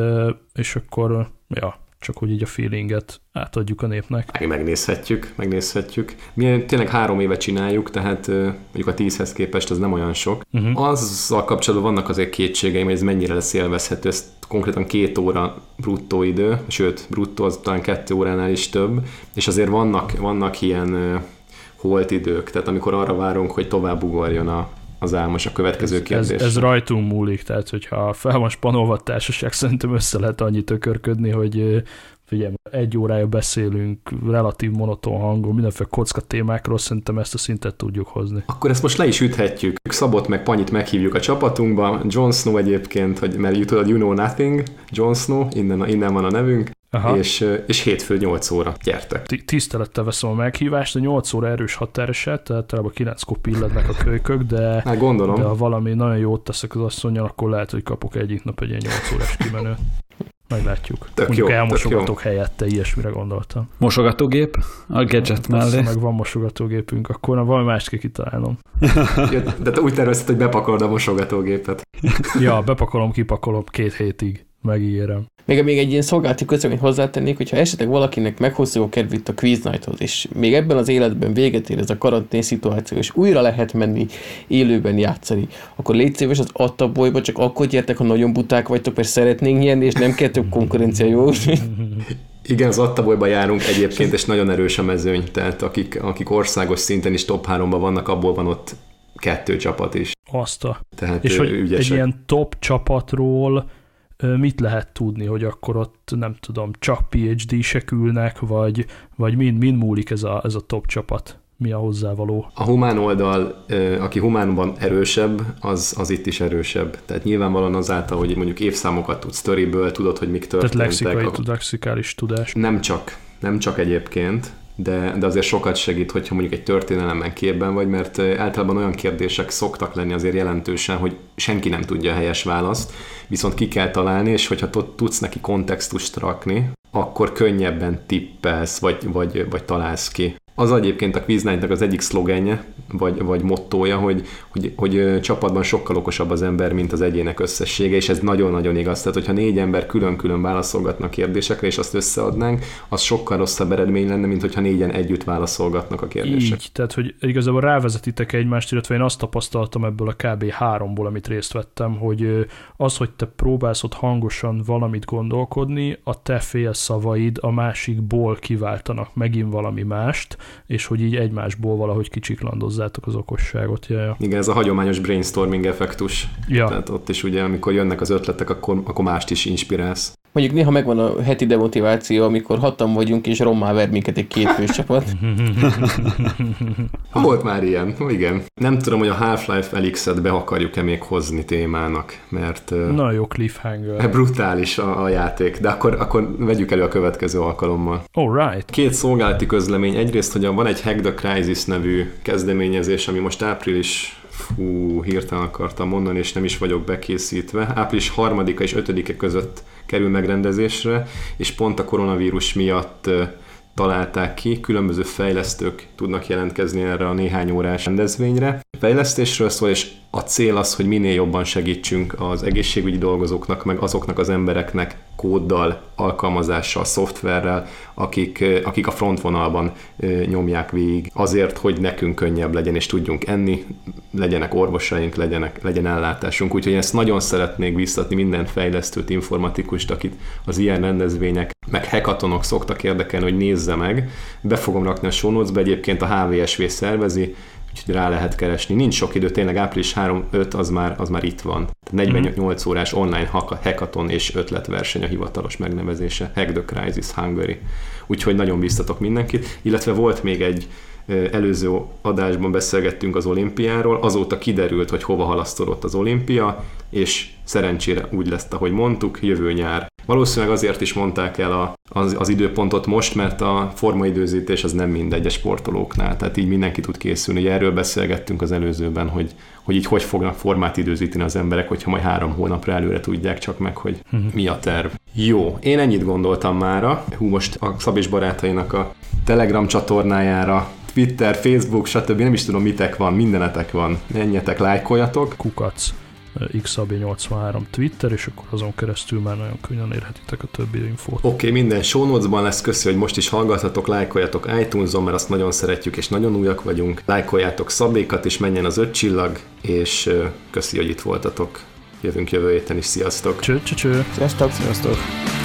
és akkor, csak hogy így a feelinget átadjuk a népnek. Megnézhetjük. Mi tényleg 3 éve csináljuk, tehát mondjuk a 10-hez képest az nem olyan sok. Azzal kapcsolatban vannak azért kétségeim, hogy ez mennyire lesz élvezhető. Ez konkrétan 2 óra bruttó idő, sőt, bruttó az talán 2 óránál is több, és azért vannak ilyen holt idők, tehát amikor arra várunk, hogy tovább ugorjon az álmos a következő kérdés. Ez rajtunk múlik, tehát hogyha fel van spanolva a társaság, szerintem össze lehet annyit ökörködni, hogy figyelj, 1 órája beszélünk, relatív monoton hangon, mindenféle kocka témákról, szerintem ezt a szintet tudjuk hozni. Akkor ezt most le is üthetjük. Szabot meg Panyit meghívjuk a csapatunkba, Jon Snow egyébként, mert you know nothing, Jon Snow, innen van a nevünk, és hétfő 8 óra. Gyertek! Tisztelettel veszem a meghívást, a 8 óra erős határeset, tehát talán 9-kor pillednek a kölykök, de ha valami nagyon jót teszek az asszonnyal, akkor lehet, hogy kapok egyik nap egy ilyen 8 órás kimenőt. Meglátjuk. Mondjuk elmosogatok helyette, ilyesmire gondoltam. Mosogatógép a gadget mellé. Meg van mosogatógépünk, akkor valami mást kell kitalálnom. De te úgy tervezted, hogy bepakolod a mosogatógépet. Ja, bepakolom, kipakolom 2 hétig. Megígérem. Még egy ilyen szolgálati közleményt hozzátennék, hogyha esetleg valakinek meghozza a kedvét a Quiz Night-hoz, és még ebben az életben véget ér ez a karantén szituáció, és újra lehet menni élőben játszani, akkor légy szíves az Attaboyba, csak akkor gyertek, ha nagyon buták vagytok, mert szeretnénk nyerni, és nem kell több konkurencia, jó? Igen, az Attaboyba járunk egyébként, és nagyon erős a mezőny, tehát akik országos szinten is top 3-ban vannak, abból van ott 2 csapat is. Tehát és hogy ügyesek. Egy ilyen top csapatról mit lehet tudni, hogy akkor ott nem tudom, csak PhD-sek ülnek, vagy mind múlik ez a top csapat? Mi a hozzávaló? A humán oldal, aki humánban erősebb, az itt is erősebb. Tehát nyilvánvalóan azáltal, hogy mondjuk évszámokat tudsz sztoriből, tudod, hogy mik történtek. Tehát lexikális tudás. Nem csak egyébként, de azért sokat segít, hogyha mondjuk egy történelemben képben vagy, mert általában olyan kérdések szoktak lenni azért jelentősen, hogy senki nem tudja a helyes választ, viszont ki kell találni, és hogyha tudsz neki kontextust rakni, akkor könnyebben tippelsz, vagy találsz ki. Az egyébként a Quiz Night-nak az egyik szlogenje, vagy mottója, hogy csapatban sokkal okosabb az ember, mint az egyének összessége, és ez nagyon-nagyon igaz. Tehát, hogyha 4 ember külön-külön válaszolgatnak kérdésekre, és azt összeadnánk, az sokkal rosszabb eredmény lenne, mint hogyha 4-en együtt válaszolgatnak a kérdésekre. Így, tehát, hogy igazából rávezetitek egymást, illetve én azt tapasztaltam ebből a kb. 3-ból, amit részt vettem, hogy az, hogy te próbálsz ott hangosan valamit gondolkodni, a te félszavaid a másikból kiváltanak megint valami mást, és hogy így egymásból valahogy kicsiklandozzátok az okosságot. Ja. Igen, ez a hagyományos brainstorming effektus. Ja. Tehát ott is ugye, amikor jönnek az ötletek, akkor mást is inspirálsz. Mondjuk néha megvan a heti demotiváció, amikor 6-an vagyunk, és rommá ver minket egy 2 fős csapat. Volt már ilyen, igen. Nem tudom, hogy a Half-Life Alyx-et be akarjuk-e még hozni témának, mert... Na jó, cliffhanger. Brutális a játék, de akkor vegyük elő a következő alkalommal. Alright. 2 szolgálati közlemény. Egyrészt, hogy van egy Hack the Crisis nevű kezdeményezés, ami most április... hirtelen akartam mondani, és nem is vagyok bekészítve. Április 3-a és 5-e között kerül megrendezésre, és pont a koronavírus miatt találták ki, különböző fejlesztők tudnak jelentkezni erre a néhány órás rendezvényre. Fejlesztésről szól, és a cél az, hogy minél jobban segítsünk az egészségügyi dolgozóknak, meg azoknak az embereknek kóddal, alkalmazással, szoftverrel, akik a frontvonalban nyomják végig, azért, hogy nekünk könnyebb legyen, és tudjunk enni, legyenek orvosaink, legyen ellátásunk. Úgyhogy ezt nagyon szeretnék biztatni minden fejlesztőt, informatikust, akit az ilyen rendezvények, meg hackathonok szoktak érdekelni, hogy nézze meg. Be fogom rakni a show notes-be, egyébként a HVSV szervezi, úgyhogy rá lehet keresni. Nincs sok idő, tényleg április 3-5 az már itt van. 48 órás online hackathon és ötletverseny a hivatalos megnevezése, Hack the Crisis Hungary. Úgyhogy nagyon biztatok mindenkit. Illetve volt még egy előző adásban beszélgettünk az olimpiáról, azóta kiderült, hogy hova halasztodott az olimpia, és szerencsére úgy lesz, ahogy mondtuk, jövő nyár. Valószínűleg azért is mondták el az időpontot most, mert a formaidőzítés az nem mindegy a sportolóknál, tehát így mindenki tud készülni. Ugye erről beszélgettünk az előzőben, hogy így hogy fognak formát időzíteni az emberek, hogyha majd 3 hónapra előre tudják csak meg, hogy mi a terv. Jó, én ennyit gondoltam mára. Most a Szabis barátainak a Telegram csatornájára, Twitter, Facebook, stb. Nem is tudom, mitek van, mindenetek van. Menjetek, lájkoljatok. Kukac. XAB83 Twitter, és akkor azon keresztül már nagyon könnyen érhetitek a többi infót. Oké, minden show notes-ban lesz, köszi, hogy most is hallgathatok, lájkoljatok iTunes-on, mert azt nagyon szeretjük, és nagyon újak vagyunk. Lájkoljátok Szabékat, és menjen az 5 csillag, és köszi, hogy itt voltatok. Jövünk jövő héten is, sziasztok! Cső. Sziasztok! Sziasztok!